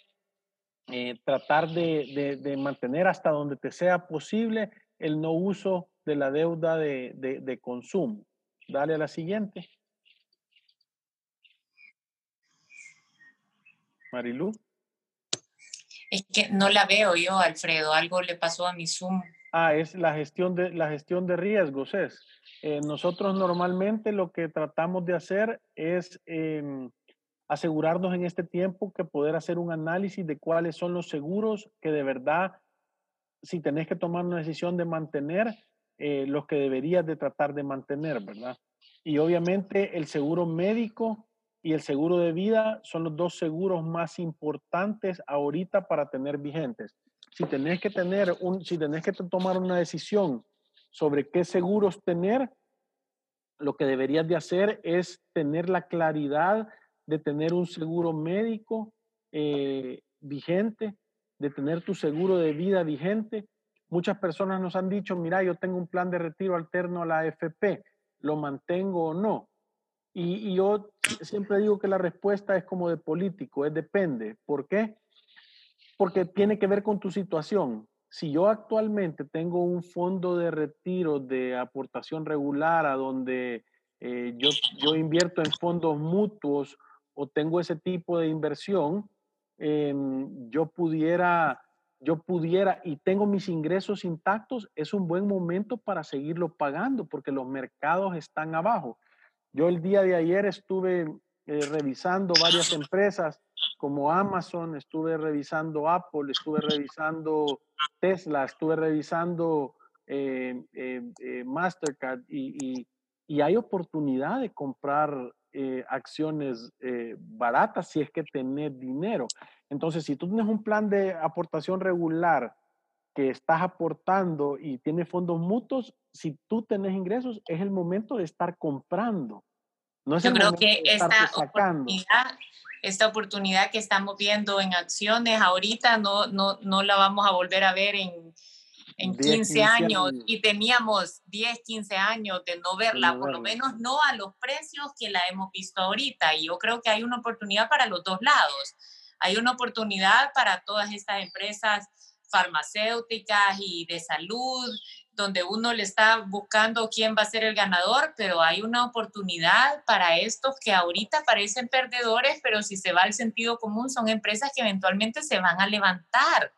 eh, tratar de, de, de mantener hasta donde te sea posible el no uso de la deuda de, de, de consumo. Dale a la siguiente. Marilu. Es que no la veo yo, Alfredo. Algo le pasó a mi Zoom. Ah, es la gestión de, la gestión de riesgos, es. Eh, nosotros normalmente lo que tratamos de hacer es eh, asegurarnos en este tiempo que poder hacer un análisis de cuáles son los seguros que de verdad, si tenés que tomar una decisión de mantener, eh, los que deberías de tratar de mantener, ¿verdad? Y obviamente el seguro médico y el seguro de vida son los dos seguros más importantes ahorita para tener vigentes. Si tenés que tener un, si tenés que tomar una decisión sobre qué seguros tener, lo que deberías de hacer es tener la claridad de tener un seguro médico eh, vigente, de tener tu seguro de vida vigente. Muchas personas nos han dicho, mira, yo tengo un plan de retiro alterno a la A F P, ¿lo mantengo o no? Y, y yo siempre digo que la respuesta es como de político, es depende. ¿Por qué? Porque tiene que ver con tu situación. Si yo actualmente tengo un fondo de retiro de aportación regular a donde eh, yo, yo invierto en fondos mutuos o tengo ese tipo de inversión, eh, yo pudiera, yo pudiera y tengo mis ingresos intactos, es un buen momento para seguirlo pagando porque los mercados están abajo. Yo el día de ayer estuve eh, revisando varias empresas como Amazon, estuve revisando Apple, estuve revisando Tesla, estuve revisando eh, eh, eh, Mastercard y, y, y hay oportunidad de comprar eh, acciones eh, baratas si es que tenés dinero. Entonces, si tú tienes un plan de aportación regular que estás aportando y tienes fondos mutuos, si tú tenés ingresos, es el momento de estar comprando. No es Yo el creo momento que de esta sacando. oportunidad, esta oportunidad que estamos viendo en acciones ahorita no, no, no la vamos a volver a ver en, en quince años y teníamos diez, quince años de no verla, de no por verla. Lo menos no a los precios que la hemos visto ahorita. Y yo creo que hay una oportunidad para los dos lados. Hay una oportunidad para todas estas empresas farmacéuticas y de salud, donde uno le está buscando quién va a ser el ganador, pero hay una oportunidad para estos que ahorita parecen perdedores, pero si se va al sentido común, son empresas que eventualmente se van a levantar.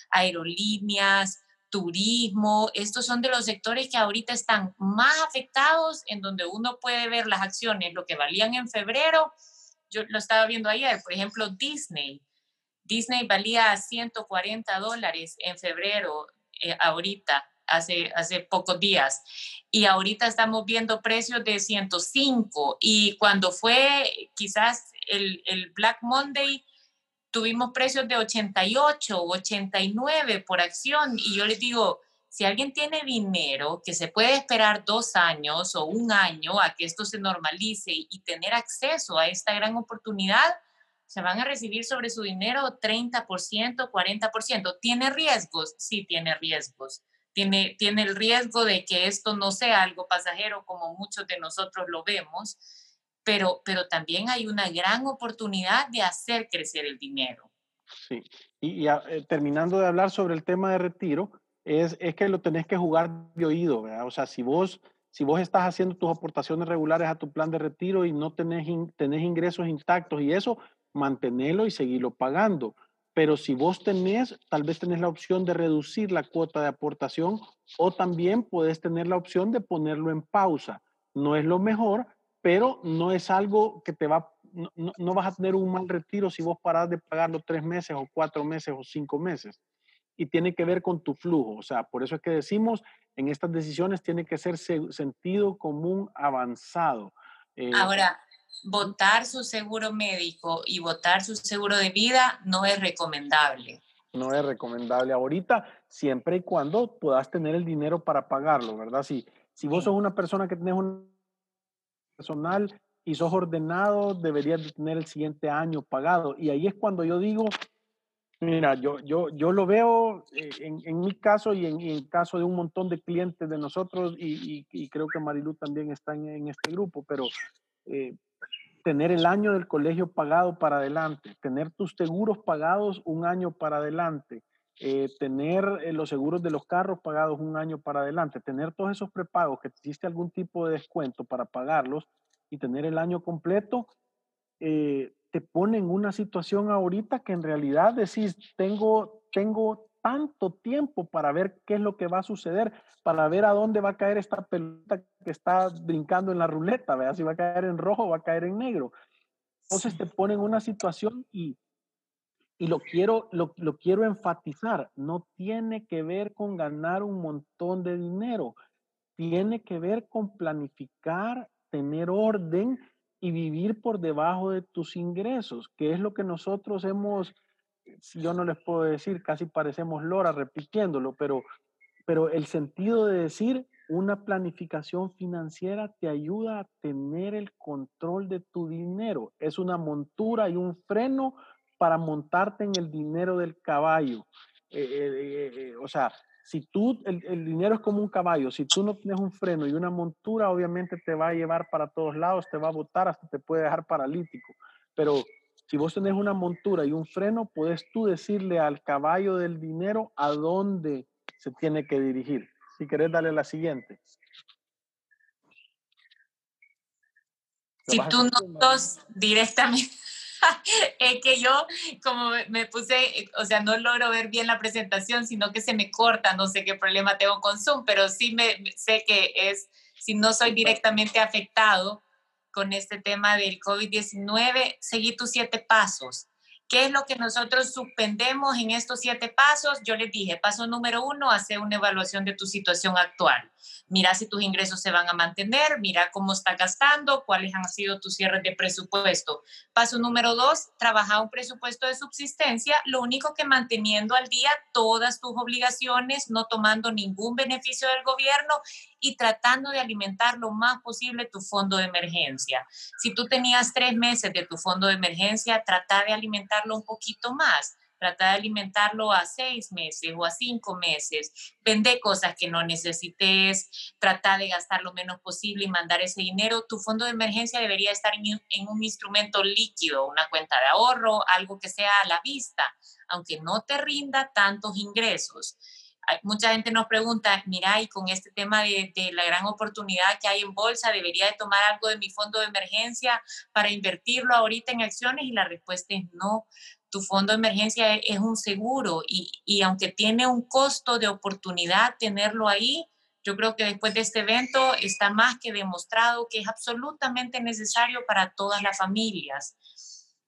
Aerolíneas, turismo, estos son de los sectores que ahorita están más afectados, en donde uno puede ver las acciones, lo que valían en febrero. Yo lo estaba viendo ayer, por ejemplo, Disney. Disney valía ciento cuarenta dólares en febrero, eh, ahorita, hace, hace pocos días. Y ahorita estamos viendo precios de ciento cinco. Y cuando fue quizás el, el Black Monday, tuvimos precios de ochenta y ocho, ochenta y nueve por acción. Y yo les digo, si alguien tiene dinero que se puede esperar dos años o un año a que esto se normalice y tener acceso a esta gran oportunidad, se van a recibir sobre su dinero treinta por ciento, cuarenta por ciento. ¿Tiene riesgos? Sí, tiene riesgos. Tiene, tiene el riesgo de que esto no sea algo pasajero como muchos de nosotros lo vemos, pero, pero también hay una gran oportunidad de hacer crecer el dinero. Sí, y, y a, eh, terminando de hablar sobre el tema de retiro, es, es que lo tenés que jugar de oído, ¿verdad? O sea, si vos, si vos estás haciendo tus aportaciones regulares a tu plan de retiro y no tenés, in, tenés ingresos intactos y eso, mantenelo y seguirlo pagando. Pero si vos tenés, tal vez tenés la opción de reducir la cuota de aportación o también puedes tener la opción de ponerlo en pausa. No es lo mejor, pero no es algo que te va, no, no, no vas a tener un mal retiro si vos parás de pagarlo tres meses o cuatro meses o cinco meses. Y tiene que ver con tu flujo. O sea, por eso es que decimos, en estas decisiones tiene que ser sentido común avanzado. Eh, Ahora, votar su seguro médico y votar su seguro de vida no es recomendable. No es recomendable ahorita, siempre y cuando puedas tener el dinero para pagarlo, ¿verdad? Si, si vos sí. sos una persona que tenés un personal y sos ordenado, deberías de tener el siguiente año pagado. Y ahí es cuando yo digo, mira, yo, yo, yo lo veo en, en mi caso y en, en el caso de un montón de clientes de nosotros y, y, y creo que Marilu también está en, en este grupo, pero eh, tener el año del colegio pagado para adelante, tener tus seguros pagados un año para adelante, eh, tener eh, los seguros de los carros pagados un año para adelante, tener todos esos prepagos que te hiciste algún tipo de descuento para pagarlos y tener el año completo, eh, te pone en una situación ahorita que en realidad decís, tengo, tengo tanto tiempo para ver qué es lo que va a suceder, para ver a dónde va a caer esta pelota que está brincando en la ruleta, ¿verdad? Si va a caer en rojo o va a caer en negro. Entonces te pone en una situación y, y lo, quiero, lo, lo quiero enfatizar, no tiene que ver con ganar un montón de dinero, tiene que ver con planificar, tener orden y vivir por debajo de tus ingresos, que es lo que nosotros hemos, yo no les puedo decir, casi parecemos lora repitiéndolo, pero, pero el sentido de decir una planificación financiera te ayuda a tener el control de tu dinero. Es una montura y un freno para montarte en el dinero del caballo. Eh, eh, eh, o sea, si tú, el, el dinero es como un caballo, si tú no tienes un freno y una montura, obviamente te va a llevar para todos lados, te va a botar, hasta te puede dejar paralítico. Pero si vos tenés una montura y un freno, puedes tú decirle al caballo del dinero a dónde se tiene que dirigir. Si querés, dale la siguiente. Si tú no sos directamente... Es que yo, como me puse, o sea, no logro ver bien la presentación, sino que se me corta, no sé qué problema tengo con Zoom, pero sí me sé que es, si no soy directamente afectado con este tema del COVID diecinueve, seguí tus siete pasos. ¿Qué es lo que nosotros suspendemos en estos siete pasos? Yo les dije, paso número uno, hacer una evaluación de tu situación actual. Mira si tus ingresos se van a mantener, mira cómo estás gastando, cuáles han sido tus cierres de presupuesto. Paso número dos, trabajar un presupuesto de subsistencia, lo único que manteniendo al día todas tus obligaciones, no tomando ningún beneficio del gobierno y tratando de alimentar lo más posible tu fondo de emergencia. Si tú tenías tres meses de tu fondo de emergencia, trata de alimentarlo un poquito más. Trata de alimentarlo a seis meses o a cinco meses. Vende cosas que no necesites. Trata de gastar lo menos posible y mandar ese dinero. Tu fondo de emergencia debería estar en, en un instrumento líquido, una cuenta de ahorro, algo que sea a la vista, aunque no te rinda tantos ingresos. Mucha gente nos pregunta, mira, y con este tema de, de la gran oportunidad que hay en bolsa, ¿debería de tomar algo de mi fondo de emergencia para invertirlo ahorita en acciones? Y la respuesta es no. Tu fondo de emergencia es un seguro y, y aunque tiene un costo de oportunidad tenerlo ahí, yo creo que después de este evento está más que demostrado que es absolutamente necesario para todas las familias.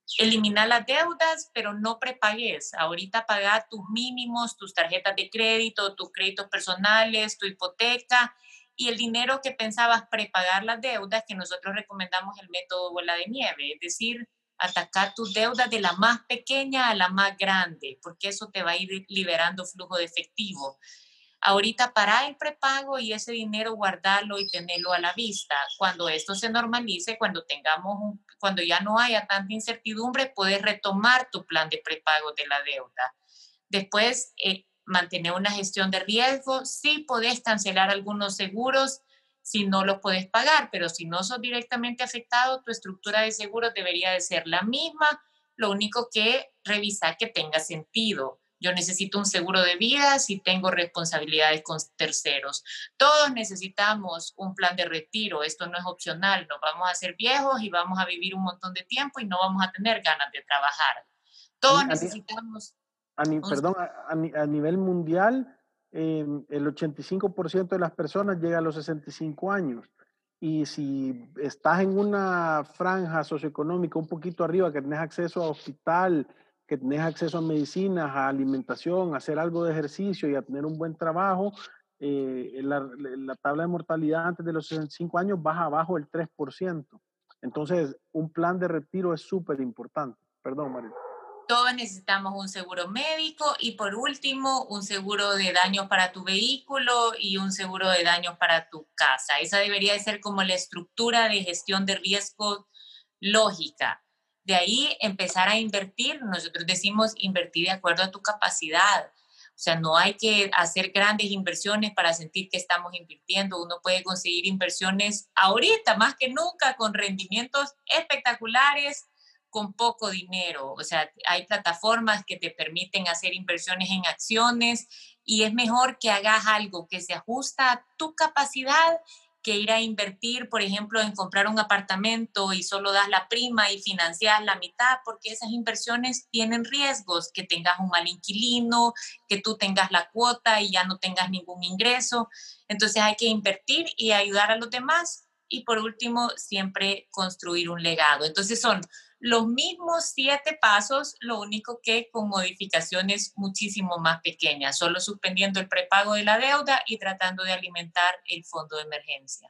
eliminar las deudas, pero no prepagues. Ahorita paga tus mínimos, tus tarjetas de crédito, tus créditos personales, tu hipoteca y el dinero que pensabas prepagar las deudas, que nosotros recomendamos el método bola de nieve, es decir, atacar tus deudas de la más pequeña a la más grande, porque eso te va a ir liberando flujo de efectivo. Ahorita para el prepago y ese dinero guardarlo y tenerlo a la vista. Cuando esto se normalice, cuando tengamos un, cuando ya no haya tanta incertidumbre, puedes retomar tu plan de prepago de la deuda. Después, eh, mantener una gestión de riesgo. Sí podés cancelar algunos seguros si no los puedes pagar, pero si no sos directamente afectado, tu estructura de seguros debería de ser la misma. Lo único que revisar que tenga sentido. Yo necesito un seguro de vida si tengo responsabilidades con terceros. Todos necesitamos un plan de retiro. Esto no es opcional. Nos vamos a hacer viejos y vamos a vivir un montón de tiempo y no vamos a tener ganas de trabajar. Todos A, necesitamos... A, a, un... perdón, a, a nivel mundial, eh, el ochenta y cinco por ciento de las personas llega a los sesenta y cinco años. Y si estás en una franja socioeconómica un poquito arriba, que tenés acceso a hospital, que tenés acceso a medicinas, a alimentación, a hacer algo de ejercicio y a tener un buen trabajo, eh, la, la tabla de mortalidad antes de los sesenta y cinco años baja abajo del tres por ciento. Entonces, un plan de retiro es súper importante. Perdón, María. Todos necesitamos un seguro médico y por último un seguro de daños para tu vehículo y un seguro de daños para tu casa. Esa debería de ser como la estructura de gestión de riesgo lógica. De ahí empezar a invertir. Nosotros decimos invertir de acuerdo a tu capacidad. O sea, no hay que hacer grandes inversiones para sentir que estamos invirtiendo. Uno puede conseguir inversiones ahorita más que nunca con rendimientos espectaculares, con poco dinero. O sea, hay plataformas que te permiten hacer inversiones en acciones y es mejor que hagas algo que se ajusta a tu capacidad que ir a invertir, por ejemplo, en comprar un apartamento y solo das la prima y financias la mitad, porque esas inversiones tienen riesgos, que tengas un mal inquilino, que tú tengas la cuota y ya no tengas ningún ingreso. Entonces hay que invertir y ayudar a los demás. Y por último, siempre construir un legado. Entonces son los mismos siete pasos, lo único que con modificaciones muchísimo más pequeñas, solo suspendiendo el prepago de la deuda y tratando de alimentar el fondo de emergencia.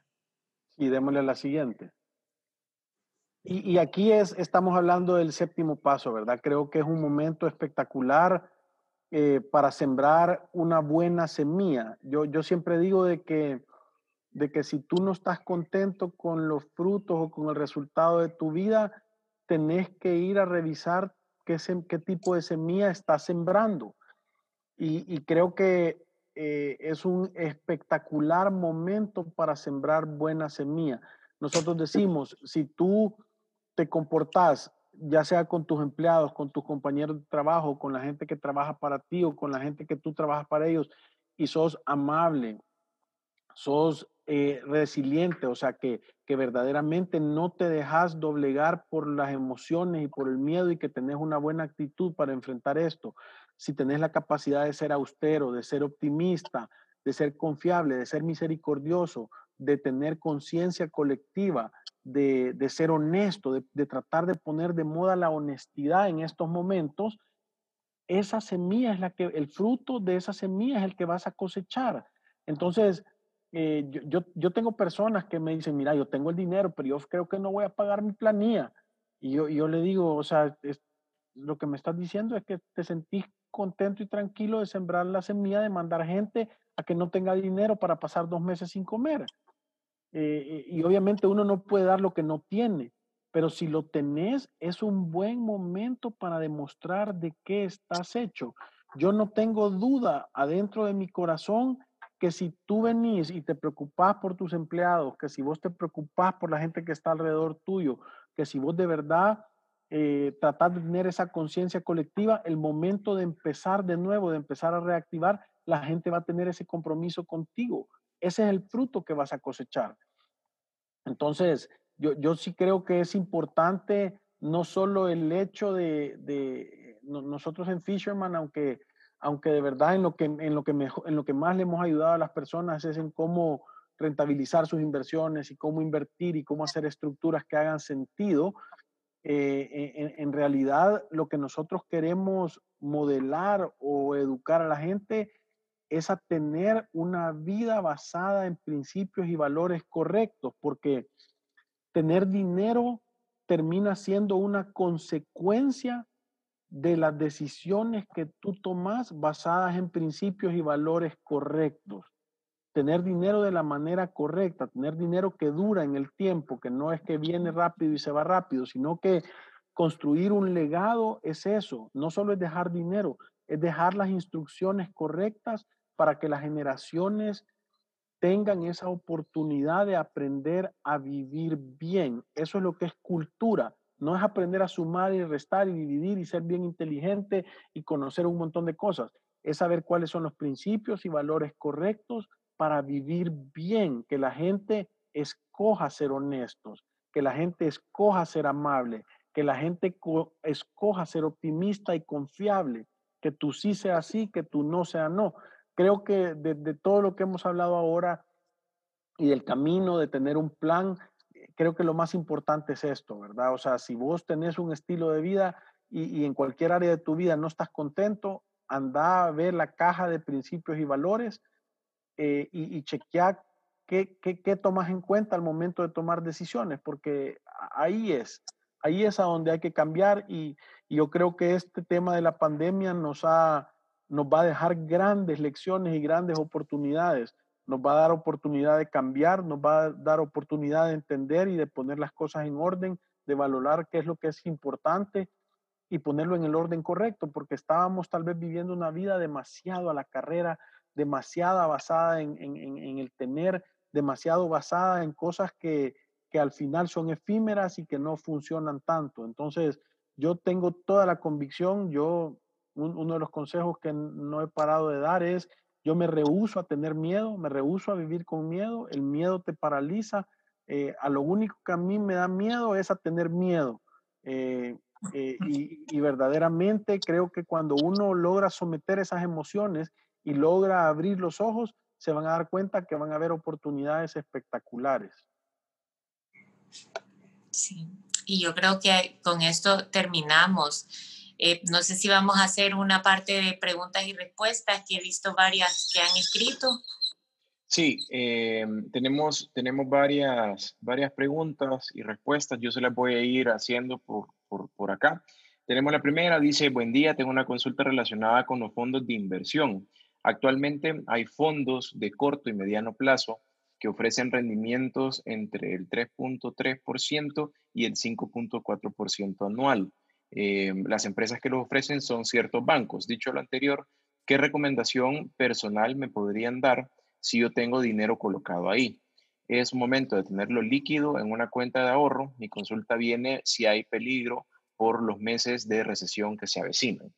Y démosle a la siguiente. Y, y aquí es, estamos hablando del séptimo paso, ¿verdad? Creo que es un momento espectacular eh, para sembrar una buena semilla. Yo, yo siempre digo de que, de que si tú no estás contento con los frutos o con el resultado de tu vida, tenés que ir a revisar qué, se, qué tipo de semilla estás sembrando. Y, y creo que eh, es un espectacular momento para sembrar buena semilla. Nosotros decimos, si tú te comportás, ya sea con tus empleados, con tus compañeros de trabajo, con la gente que trabaja para ti o con la gente que tú trabajas para ellos, y sos amable, sos eh, resiliente, o sea, que, que verdaderamente no te dejas doblegar por las emociones y por el miedo y que tenés una buena actitud para enfrentar esto. Si tenés la capacidad de ser austero, de ser optimista, de ser confiable, de ser misericordioso, de tener conciencia colectiva, de, de ser honesto, de, de tratar de poner de moda la honestidad en estos momentos, esa semilla es la que, el fruto de esa semilla es el que vas a cosechar. Entonces, eh, yo, yo, yo tengo personas que me dicen, mira, yo tengo el dinero, pero yo creo que no voy a pagar mi planilla. Y yo, yo le digo, o sea, es, lo que me estás diciendo es que te sentís contento y tranquilo de sembrar la semilla, de mandar gente a que no tenga dinero para pasar dos meses sin comer. Eh, y obviamente uno no puede dar lo que no tiene, pero si lo tenés, es un buen momento para demostrar de qué estás hecho. Yo no tengo duda adentro de mi corazón que si tú venís y te preocupás por tus empleados, que si vos te preocupás por la gente que está alrededor tuyo, que si vos de verdad eh, tratás de tener esa conciencia colectiva, el momento de empezar de nuevo, de empezar a reactivar, la gente va a tener ese compromiso contigo. Ese es el fruto que vas a cosechar. Entonces, yo, yo sí creo que es importante no solo el hecho de, de nosotros en Fisherman, aunque, aunque de verdad en lo, que, en, lo que mejor, en lo que más le hemos ayudado a las personas es en cómo rentabilizar sus inversiones y cómo invertir y cómo hacer estructuras que hagan sentido. Eh, en, en realidad, lo que nosotros queremos modelar o educar a la gente es a tener una vida basada en principios y valores correctos, porque tener dinero termina siendo una consecuencia de las decisiones que tú tomas basadas en principios y valores correctos. Tener dinero de la manera correcta, tener dinero que dura en el tiempo, que no es que viene rápido y se va rápido, sino que construir un legado es eso. No solo es dejar dinero, es dejar las instrucciones correctas para que las generaciones tengan esa oportunidad de aprender a vivir bien. Eso es lo que es cultura. No es aprender a sumar y restar y dividir y ser bien inteligente y conocer un montón de cosas. Es saber cuáles son los principios y valores correctos para vivir bien, que la gente escoja ser honestos, que la gente escoja ser amable, que la gente escoja ser optimista y confiable, que tú sí sea sí, que tú no sea no. Creo que de, de todo lo que hemos hablado ahora y del camino de tener un plan, creo que lo más importante es esto, ¿verdad? O sea, si vos tenés un estilo de vida y, y en cualquier área de tu vida no estás contento, anda a ver la caja de principios y valores eh, y, y chequear qué, qué, qué tomas en cuenta al momento de tomar decisiones, porque ahí es, ahí es a donde hay que cambiar y, y yo creo que este tema de la pandemia nos, ha, nos va a dejar grandes lecciones y grandes oportunidades. Nos va a dar oportunidad de cambiar, nos va a dar oportunidad de entender y de poner las cosas en orden, de valorar qué es lo que es importante y ponerlo en el orden correcto, porque estábamos tal vez viviendo una vida demasiado a la carrera, demasiado basada en, en, en el tener, demasiado basada en cosas que, que al final son efímeras y que no funcionan tanto. Entonces, yo tengo toda la convicción, yo, un, uno de los consejos que no he parado de dar es, yo me rehúso a tener miedo, me rehúso a vivir con miedo, el miedo te paraliza, eh, a lo único que a mí me da miedo es a tener miedo. Eh, eh, y, y verdaderamente creo que cuando uno logra someter esas emociones y logra abrir los ojos, se van a dar cuenta que van a haber oportunidades espectaculares. Sí, y yo creo que con esto terminamos. Eh, no sé si vamos a hacer una parte de preguntas y respuestas, que he visto varias que han escrito. Sí, eh, tenemos, tenemos varias, varias preguntas y respuestas. Yo se las voy a ir haciendo por, por, por acá. Tenemos la primera, dice, buen día, tengo una consulta relacionada con los fondos de inversión. Actualmente hay fondos de corto y mediano plazo que ofrecen rendimientos entre el tres punto tres por ciento y el cinco punto cuatro por ciento anual. Eh, las empresas que lo ofrecen son ciertos bancos. Dicho lo anterior, ¿qué recomendación personal me podrían dar si yo tengo dinero colocado ahí? Es momento de tenerlo líquido en una cuenta de ahorro. Mi consulta viene si hay peligro por los meses de recesión que se avecinan.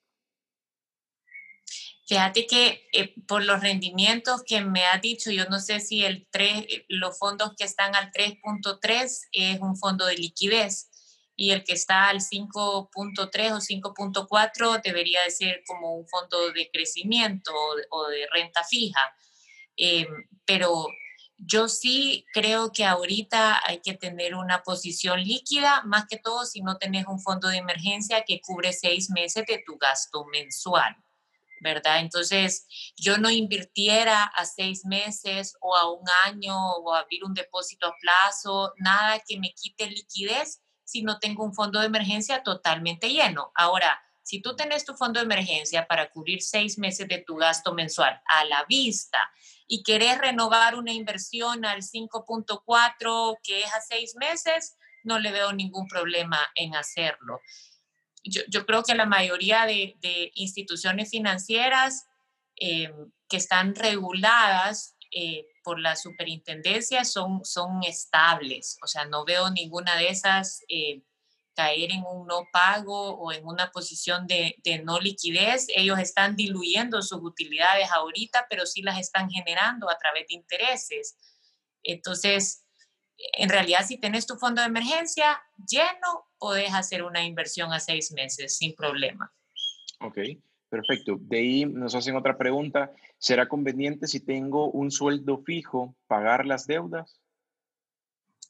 Fíjate que eh, por los rendimientos que me has dicho, yo no sé si el tres, los fondos que están al tres punto tres es un fondo de liquidez y el que está al cinco punto tres o cinco punto cuatro debería de ser como un fondo de crecimiento o de, o de renta fija. Eh, pero yo sí creo que ahorita hay que tener una posición líquida, más que todo si no tenés un fondo de emergencia que cubre seis meses de tu gasto mensual, ¿verdad? Entonces, yo no invirtiera a seis meses o a un año o abrir un depósito a plazo, nada que me quite liquidez si no tengo un fondo de emergencia totalmente lleno. Ahora, si tú tenés tu fondo de emergencia para cubrir seis meses de tu gasto mensual a la vista y querés renovar una inversión al cinco punto cuatro que es a seis meses, no le veo ningún problema en hacerlo. Yo, yo creo que la mayoría de, de instituciones financieras eh, que están reguladas eh, por la superintendencia son, son estables. O sea, no veo ninguna de esas eh, caer en un no pago o en una posición de, de no liquidez. Ellos están diluyendo sus utilidades ahorita, pero sí las están generando a través de intereses. Entonces, en realidad, si tenés tu fondo de emergencia lleno, podés hacer una inversión a seis meses sin problema. Ok, perfecto. De ahí nos hacen otra pregunta. ¿Será conveniente si tengo un sueldo fijo pagar las deudas?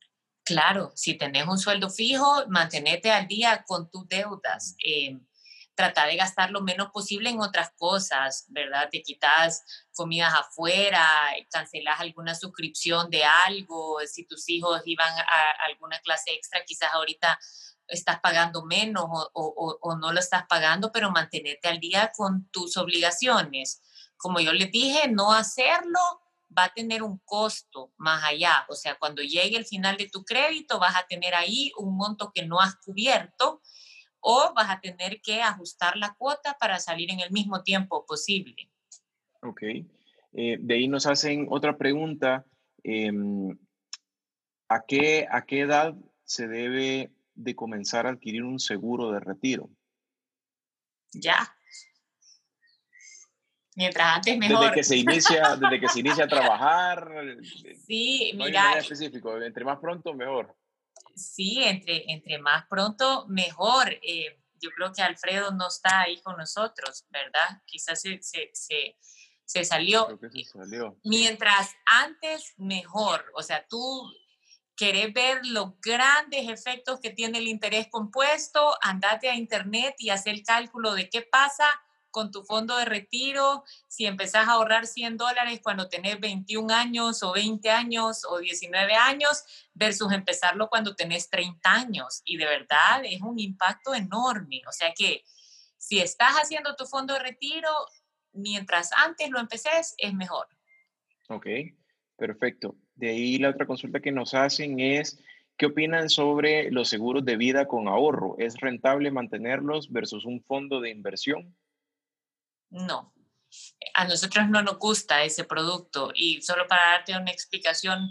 Claro, si tenés un sueldo fijo, mantenete al día con tus deudas. Eh, trata de gastar lo menos posible en otras cosas, ¿verdad? Te quitas comidas afuera, cancelas alguna suscripción de algo, si tus hijos iban a alguna clase extra, quizás ahorita estás pagando menos o, o, o no lo estás pagando, pero mantenerte al día con tus obligaciones. Como yo les dije, no hacerlo va a tener un costo más allá. O sea, cuando llegue el final de tu crédito, vas a tener ahí un monto que no has cubierto o vas a tener que ajustar la cuota para salir en el mismo tiempo posible. Ok. Eh, de ahí nos hacen otra pregunta. Eh, ¿a qué, ¿A qué edad se debe de comenzar a adquirir un seguro de retiro? Ya. Mientras antes mejor. Desde que se inicia, desde que se inicia a trabajar. Sí, no mira. hay nada específico. Entre más pronto, mejor. Sí, entre, entre más pronto, mejor. Eh, yo creo que Alfredo no está ahí con nosotros, ¿verdad? Quizás se, se, se, se salió. Creo que se salió. Mientras antes, mejor. O sea, tú querés ver los grandes efectos que tiene el interés compuesto, andate a internet y haz el cálculo de qué pasa con tu fondo de retiro, si empezás a ahorrar cien dólares cuando tenés veintiún años o veinte años o diecinueve años versus empezarlo cuando tenés treinta años. Y de verdad es un impacto enorme. O sea que si estás haciendo tu fondo de retiro, mientras antes lo empeces, es mejor. Ok, perfecto. De ahí la otra consulta que nos hacen es, ¿qué opinan sobre los seguros de vida con ahorro? ¿Es rentable mantenerlos versus un fondo de inversión? No, a nosotros no nos gusta ese producto y solo para darte una explicación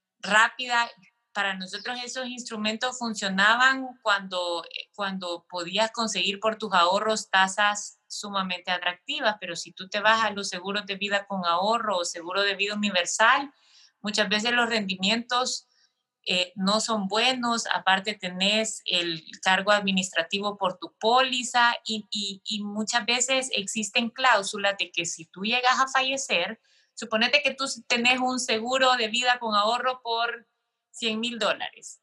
rápida, para nosotros esos instrumentos funcionaban cuando, cuando podías conseguir por tus ahorros tasas sumamente atractivas, pero si tú te vas a los seguros de vida con ahorro o seguro de vida universal, muchas veces los rendimientos Eh, no son buenos, aparte tenés el cargo administrativo por tu póliza y, y, y muchas veces existen cláusulas de que si tú llegas a fallecer, suponete que tú tenés un seguro de vida con ahorro por cien mil dólares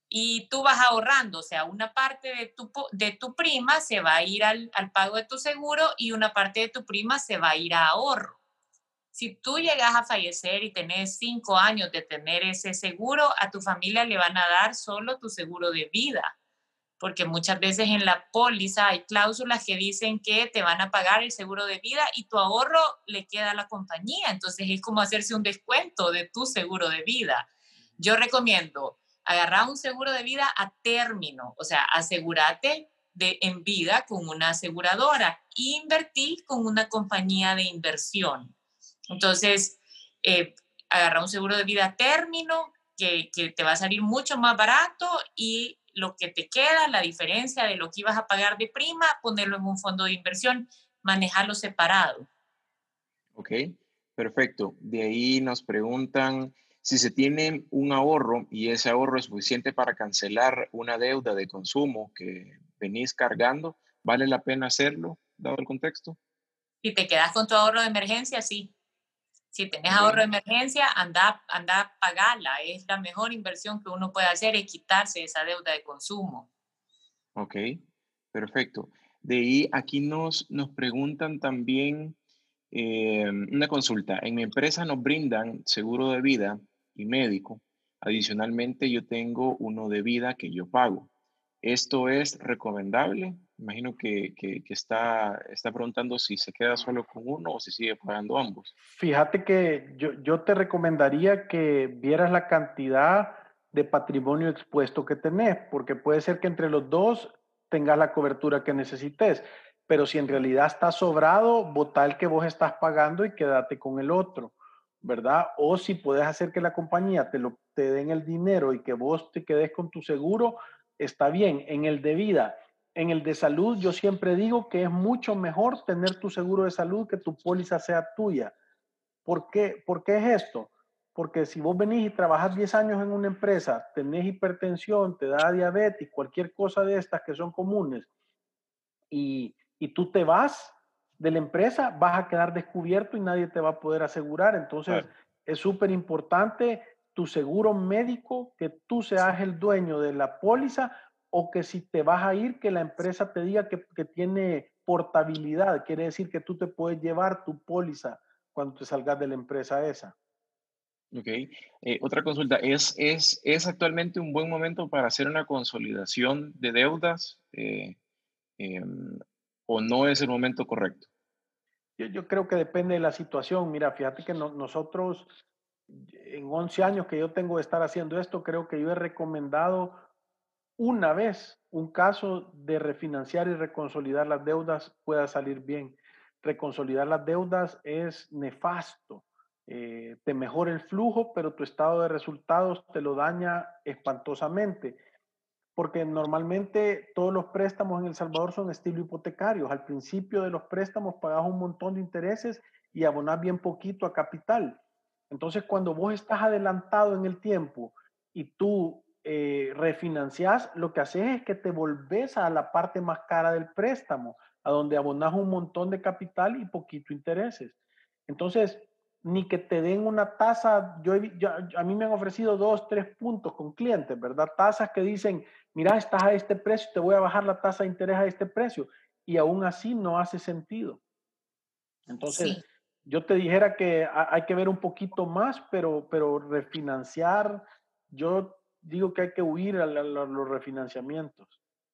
y tú vas ahorrando, o sea, una parte de tu, de tu prima se va a ir al, al pago de tu seguro y una parte de tu prima se va a ir a ahorro. Si tú llegas a fallecer y tenés cinco años de tener ese seguro, a tu familia le van a dar solo tu seguro de vida, porque muchas veces en la póliza hay cláusulas que dicen que te van a pagar el seguro de vida y tu ahorro le queda a la compañía. Entonces es como hacerse un descuento de tu seguro de vida. Yo recomiendo agarrar un seguro de vida a término, o sea, asegúrate de, en vida con una aseguradora e invertir con una compañía de inversión. Entonces, eh, agarra un seguro de vida a término que, que te va a salir mucho más barato y lo que te queda, la diferencia de lo que ibas a pagar de prima, ponerlo en un fondo de inversión, manejarlo separado. Ok, perfecto. De ahí nos preguntan si se tiene un ahorro y ese ahorro es suficiente para cancelar una deuda de consumo que venís cargando, ¿vale la pena hacerlo, dado el contexto? Si te quedas con tu ahorro de emergencia, sí. Si tenés okay. ahorro de emergencia, anda, anda a pagarla. Es la mejor inversión que uno puede hacer, es quitarse esa deuda de consumo. Ok, perfecto. De ahí aquí nos, nos preguntan también eh, una consulta. En mi empresa nos brindan seguro de vida y médico. Adicionalmente, yo tengo uno de vida que yo pago. ¿Esto es recomendable? Imagino que, que, que está, está preguntando si se queda solo con uno o si sigue pagando ambos. Fíjate que yo, yo te recomendaría que vieras la cantidad de patrimonio expuesto que tenés, porque puede ser que entre los dos tengas la cobertura que necesites, pero si en realidad está sobrado, bota el que vos estás pagando y quédate con el otro, ¿verdad? O si puedes hacer que la compañía te, lo, te den el dinero y que vos te quedes con tu seguro, está bien. En el de vida, en el de salud, yo siempre digo que es mucho mejor tener tu seguro de salud que tu póliza sea tuya. ¿Por qué? ¿Por qué es esto? Porque si vos venís y trabajas diez años en una empresa, tenés hipertensión, te da diabetes, cualquier cosa de estas que son comunes, y, y tú te vas de la empresa, vas a quedar descubierto y nadie te va a poder asegurar. Entonces, claro, es súper importante tu seguro médico, que tú seas el dueño de la póliza, o que si te vas a ir, que la empresa te diga que, que tiene portabilidad, quiere decir que tú te puedes llevar tu póliza cuando te salgas de la empresa esa. Ok. Eh, otra consulta, ¿es, es, ¿es actualmente un buen momento para hacer una consolidación de deudas eh, eh, o no es el momento correcto? Yo, yo creo que depende de la situación. Mira, fíjate que no, nosotros, en once años que yo tengo de estar haciendo esto, creo que yo he recomendado una vez un caso de refinanciar y reconsolidar las deudas pueda salir bien. Reconsolidar las deudas es nefasto. Eh, te mejora el flujo, pero tu estado de resultados te lo daña espantosamente, porque normalmente todos los préstamos en El Salvador son estilo hipotecarios. Al principio de los préstamos pagas un montón de intereses y abonás bien poquito a capital. Entonces, cuando vos estás adelantado en el tiempo y tú eh, refinanciás, lo que haces es que te volvés a la parte más cara del préstamo, a donde abonás un montón de capital y poquito intereses. Entonces, ni que te den una tasa, yo, yo, a mí me han ofrecido dos, tres puntos con clientes, ¿verdad? Tasas que dicen, mira, estás a este precio, te voy a bajar la tasa de interés a este precio, y aún así no hace sentido. Entonces, sí, yo te dijera que hay que ver un poquito más, pero, pero refinanciar, yo digo que hay que huir a, la, a los refinanciamientos.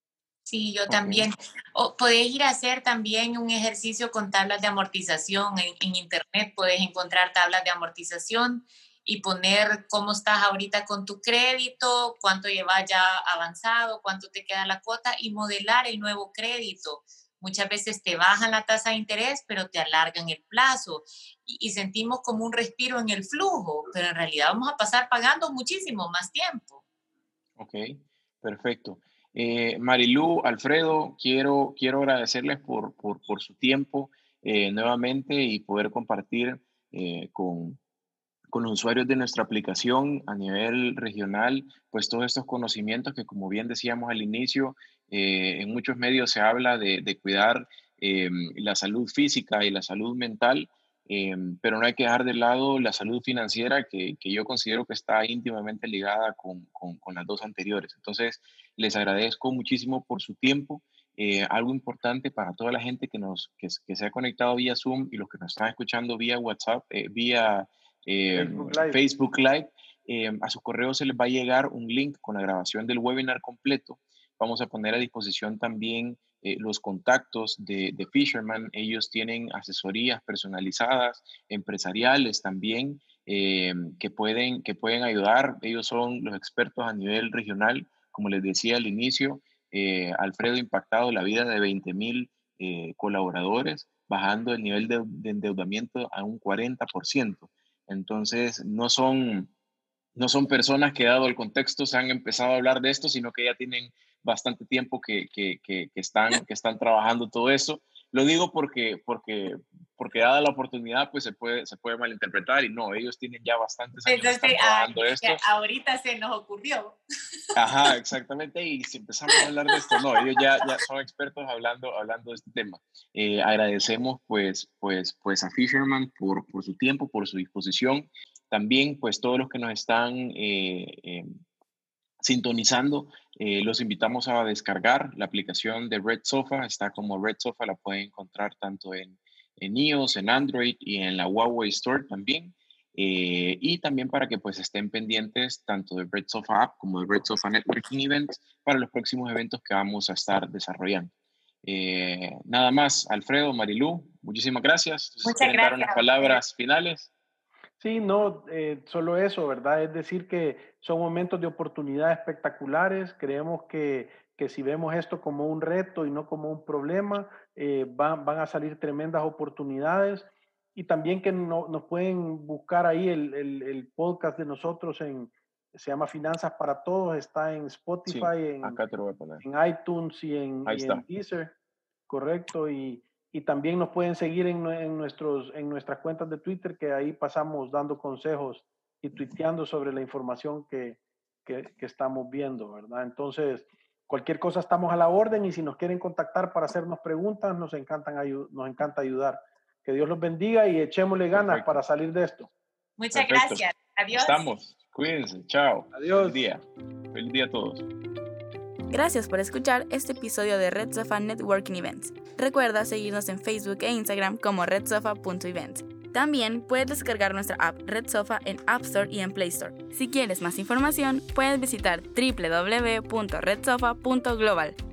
Sí, yo también. O podés ir a hacer también un ejercicio con tablas de amortización. En, en internet puedes encontrar tablas de amortización y poner cómo estás ahorita con tu crédito, cuánto llevas ya avanzado, cuánto te queda la cuota y modelar el nuevo crédito. Muchas veces te bajan la tasa de interés, pero te alargan el plazo y, y sentimos como un respiro en el flujo, pero en realidad vamos a pasar pagando muchísimo más tiempo. Ok, perfecto. Eh, Marilú, Alfredo, quiero, quiero agradecerles por, por, por su tiempo eh, nuevamente y poder compartir eh, con, con los usuarios de nuestra aplicación a nivel regional, pues todos estos conocimientos que, como bien decíamos al inicio, eh, en muchos medios se habla de, de cuidar eh, la salud física y la salud mental, eh, pero no hay que dejar de lado la salud financiera que, que yo considero que está íntimamente ligada con, con, con las dos anteriores. Entonces, les agradezco muchísimo por su tiempo. Eh, algo importante para toda la gente que, nos, que, que se ha conectado vía Zoom y los que nos están escuchando vía WhatsApp, eh, vía eh, Facebook Live, Facebook Live eh, a su correo se les va a llegar un link con la grabación del webinar completo. Vamos a poner a disposición también eh, los contactos de, de Fisherman. Ellos tienen asesorías personalizadas, empresariales también, eh, que, pueden, que pueden ayudar. Ellos son los expertos a nivel regional. Como les decía al inicio, eh, Alfredo ha impactado la vida de veinte mil eh, colaboradores, bajando el nivel de, de endeudamiento a un cuarenta por ciento. Entonces, no son, no son personas que, dado el contexto, se han empezado a hablar de esto, sino que ya tienen bastante tiempo que, que, que, que están, que están trabajando todo eso. Lo digo porque, porque, porque dada la oportunidad, pues se puede, se puede malinterpretar y no, ellos tienen ya bastantes años Entonces, que están trabajando ah, esto. Ahorita se nos ocurrió. Ajá, exactamente, y si empezamos a hablar de esto, no, ellos ya, ya son expertos hablando, hablando de este tema. Eh, agradecemos pues, pues, pues a Fisherman por, por su tiempo, por su disposición. También pues todos los que nos están eh, eh, sintonizando, eh, los invitamos a descargar la aplicación de Red Sofa. Está como Red Sofa, la pueden encontrar tanto en, en iOS, en Android y en la Huawei Store también. Eh, y también para que pues estén pendientes tanto de Red Sofa App como de Red Sofa Networking Events para los próximos eventos que vamos a estar desarrollando. Eh, nada más, Alfredo, Marilú, muchísimas gracias. Entonces, Muchas ¿quieren gracias. dar unas palabras finales? Sí, no, eh, solo eso, ¿verdad? Es decir, que son momentos de oportunidad espectaculares. Creemos que, que si vemos esto como un reto y no como un problema, eh, van, van a salir tremendas oportunidades. Y también que no, nos pueden buscar ahí el, el, el podcast de nosotros, en, se llama Finanzas para Todos, está en Spotify, Sí, en, acá te lo voy a poner. en iTunes y en, Ahí y está. en Deezer, correcto. Y, y también nos pueden seguir en, en, nuestros, en nuestras cuentas de Twitter, que ahí pasamos dando consejos y tuiteando sobre la información que, que, que estamos viendo, ¿verdad? Entonces, cualquier cosa estamos a la orden y si nos quieren contactar para hacernos preguntas, nos, encantan, nos encanta ayudar. Que Dios los bendiga y echémosle ganas Perfecto. Para salir de esto. Muchas Perfecto. Gracias. Adiós. Estamos. Cuídense, chao. Adiós. Feliz día. Feliz día a todos. Gracias por escuchar este episodio de Red Sofa Networking Events. Recuerda seguirnos en Facebook e Instagram como red sofa punto events. También puedes descargar nuestra app Red Sofa en App Store y en Play Store. Si quieres más información, puedes visitar doble u doble u doble u punto red sofa punto global.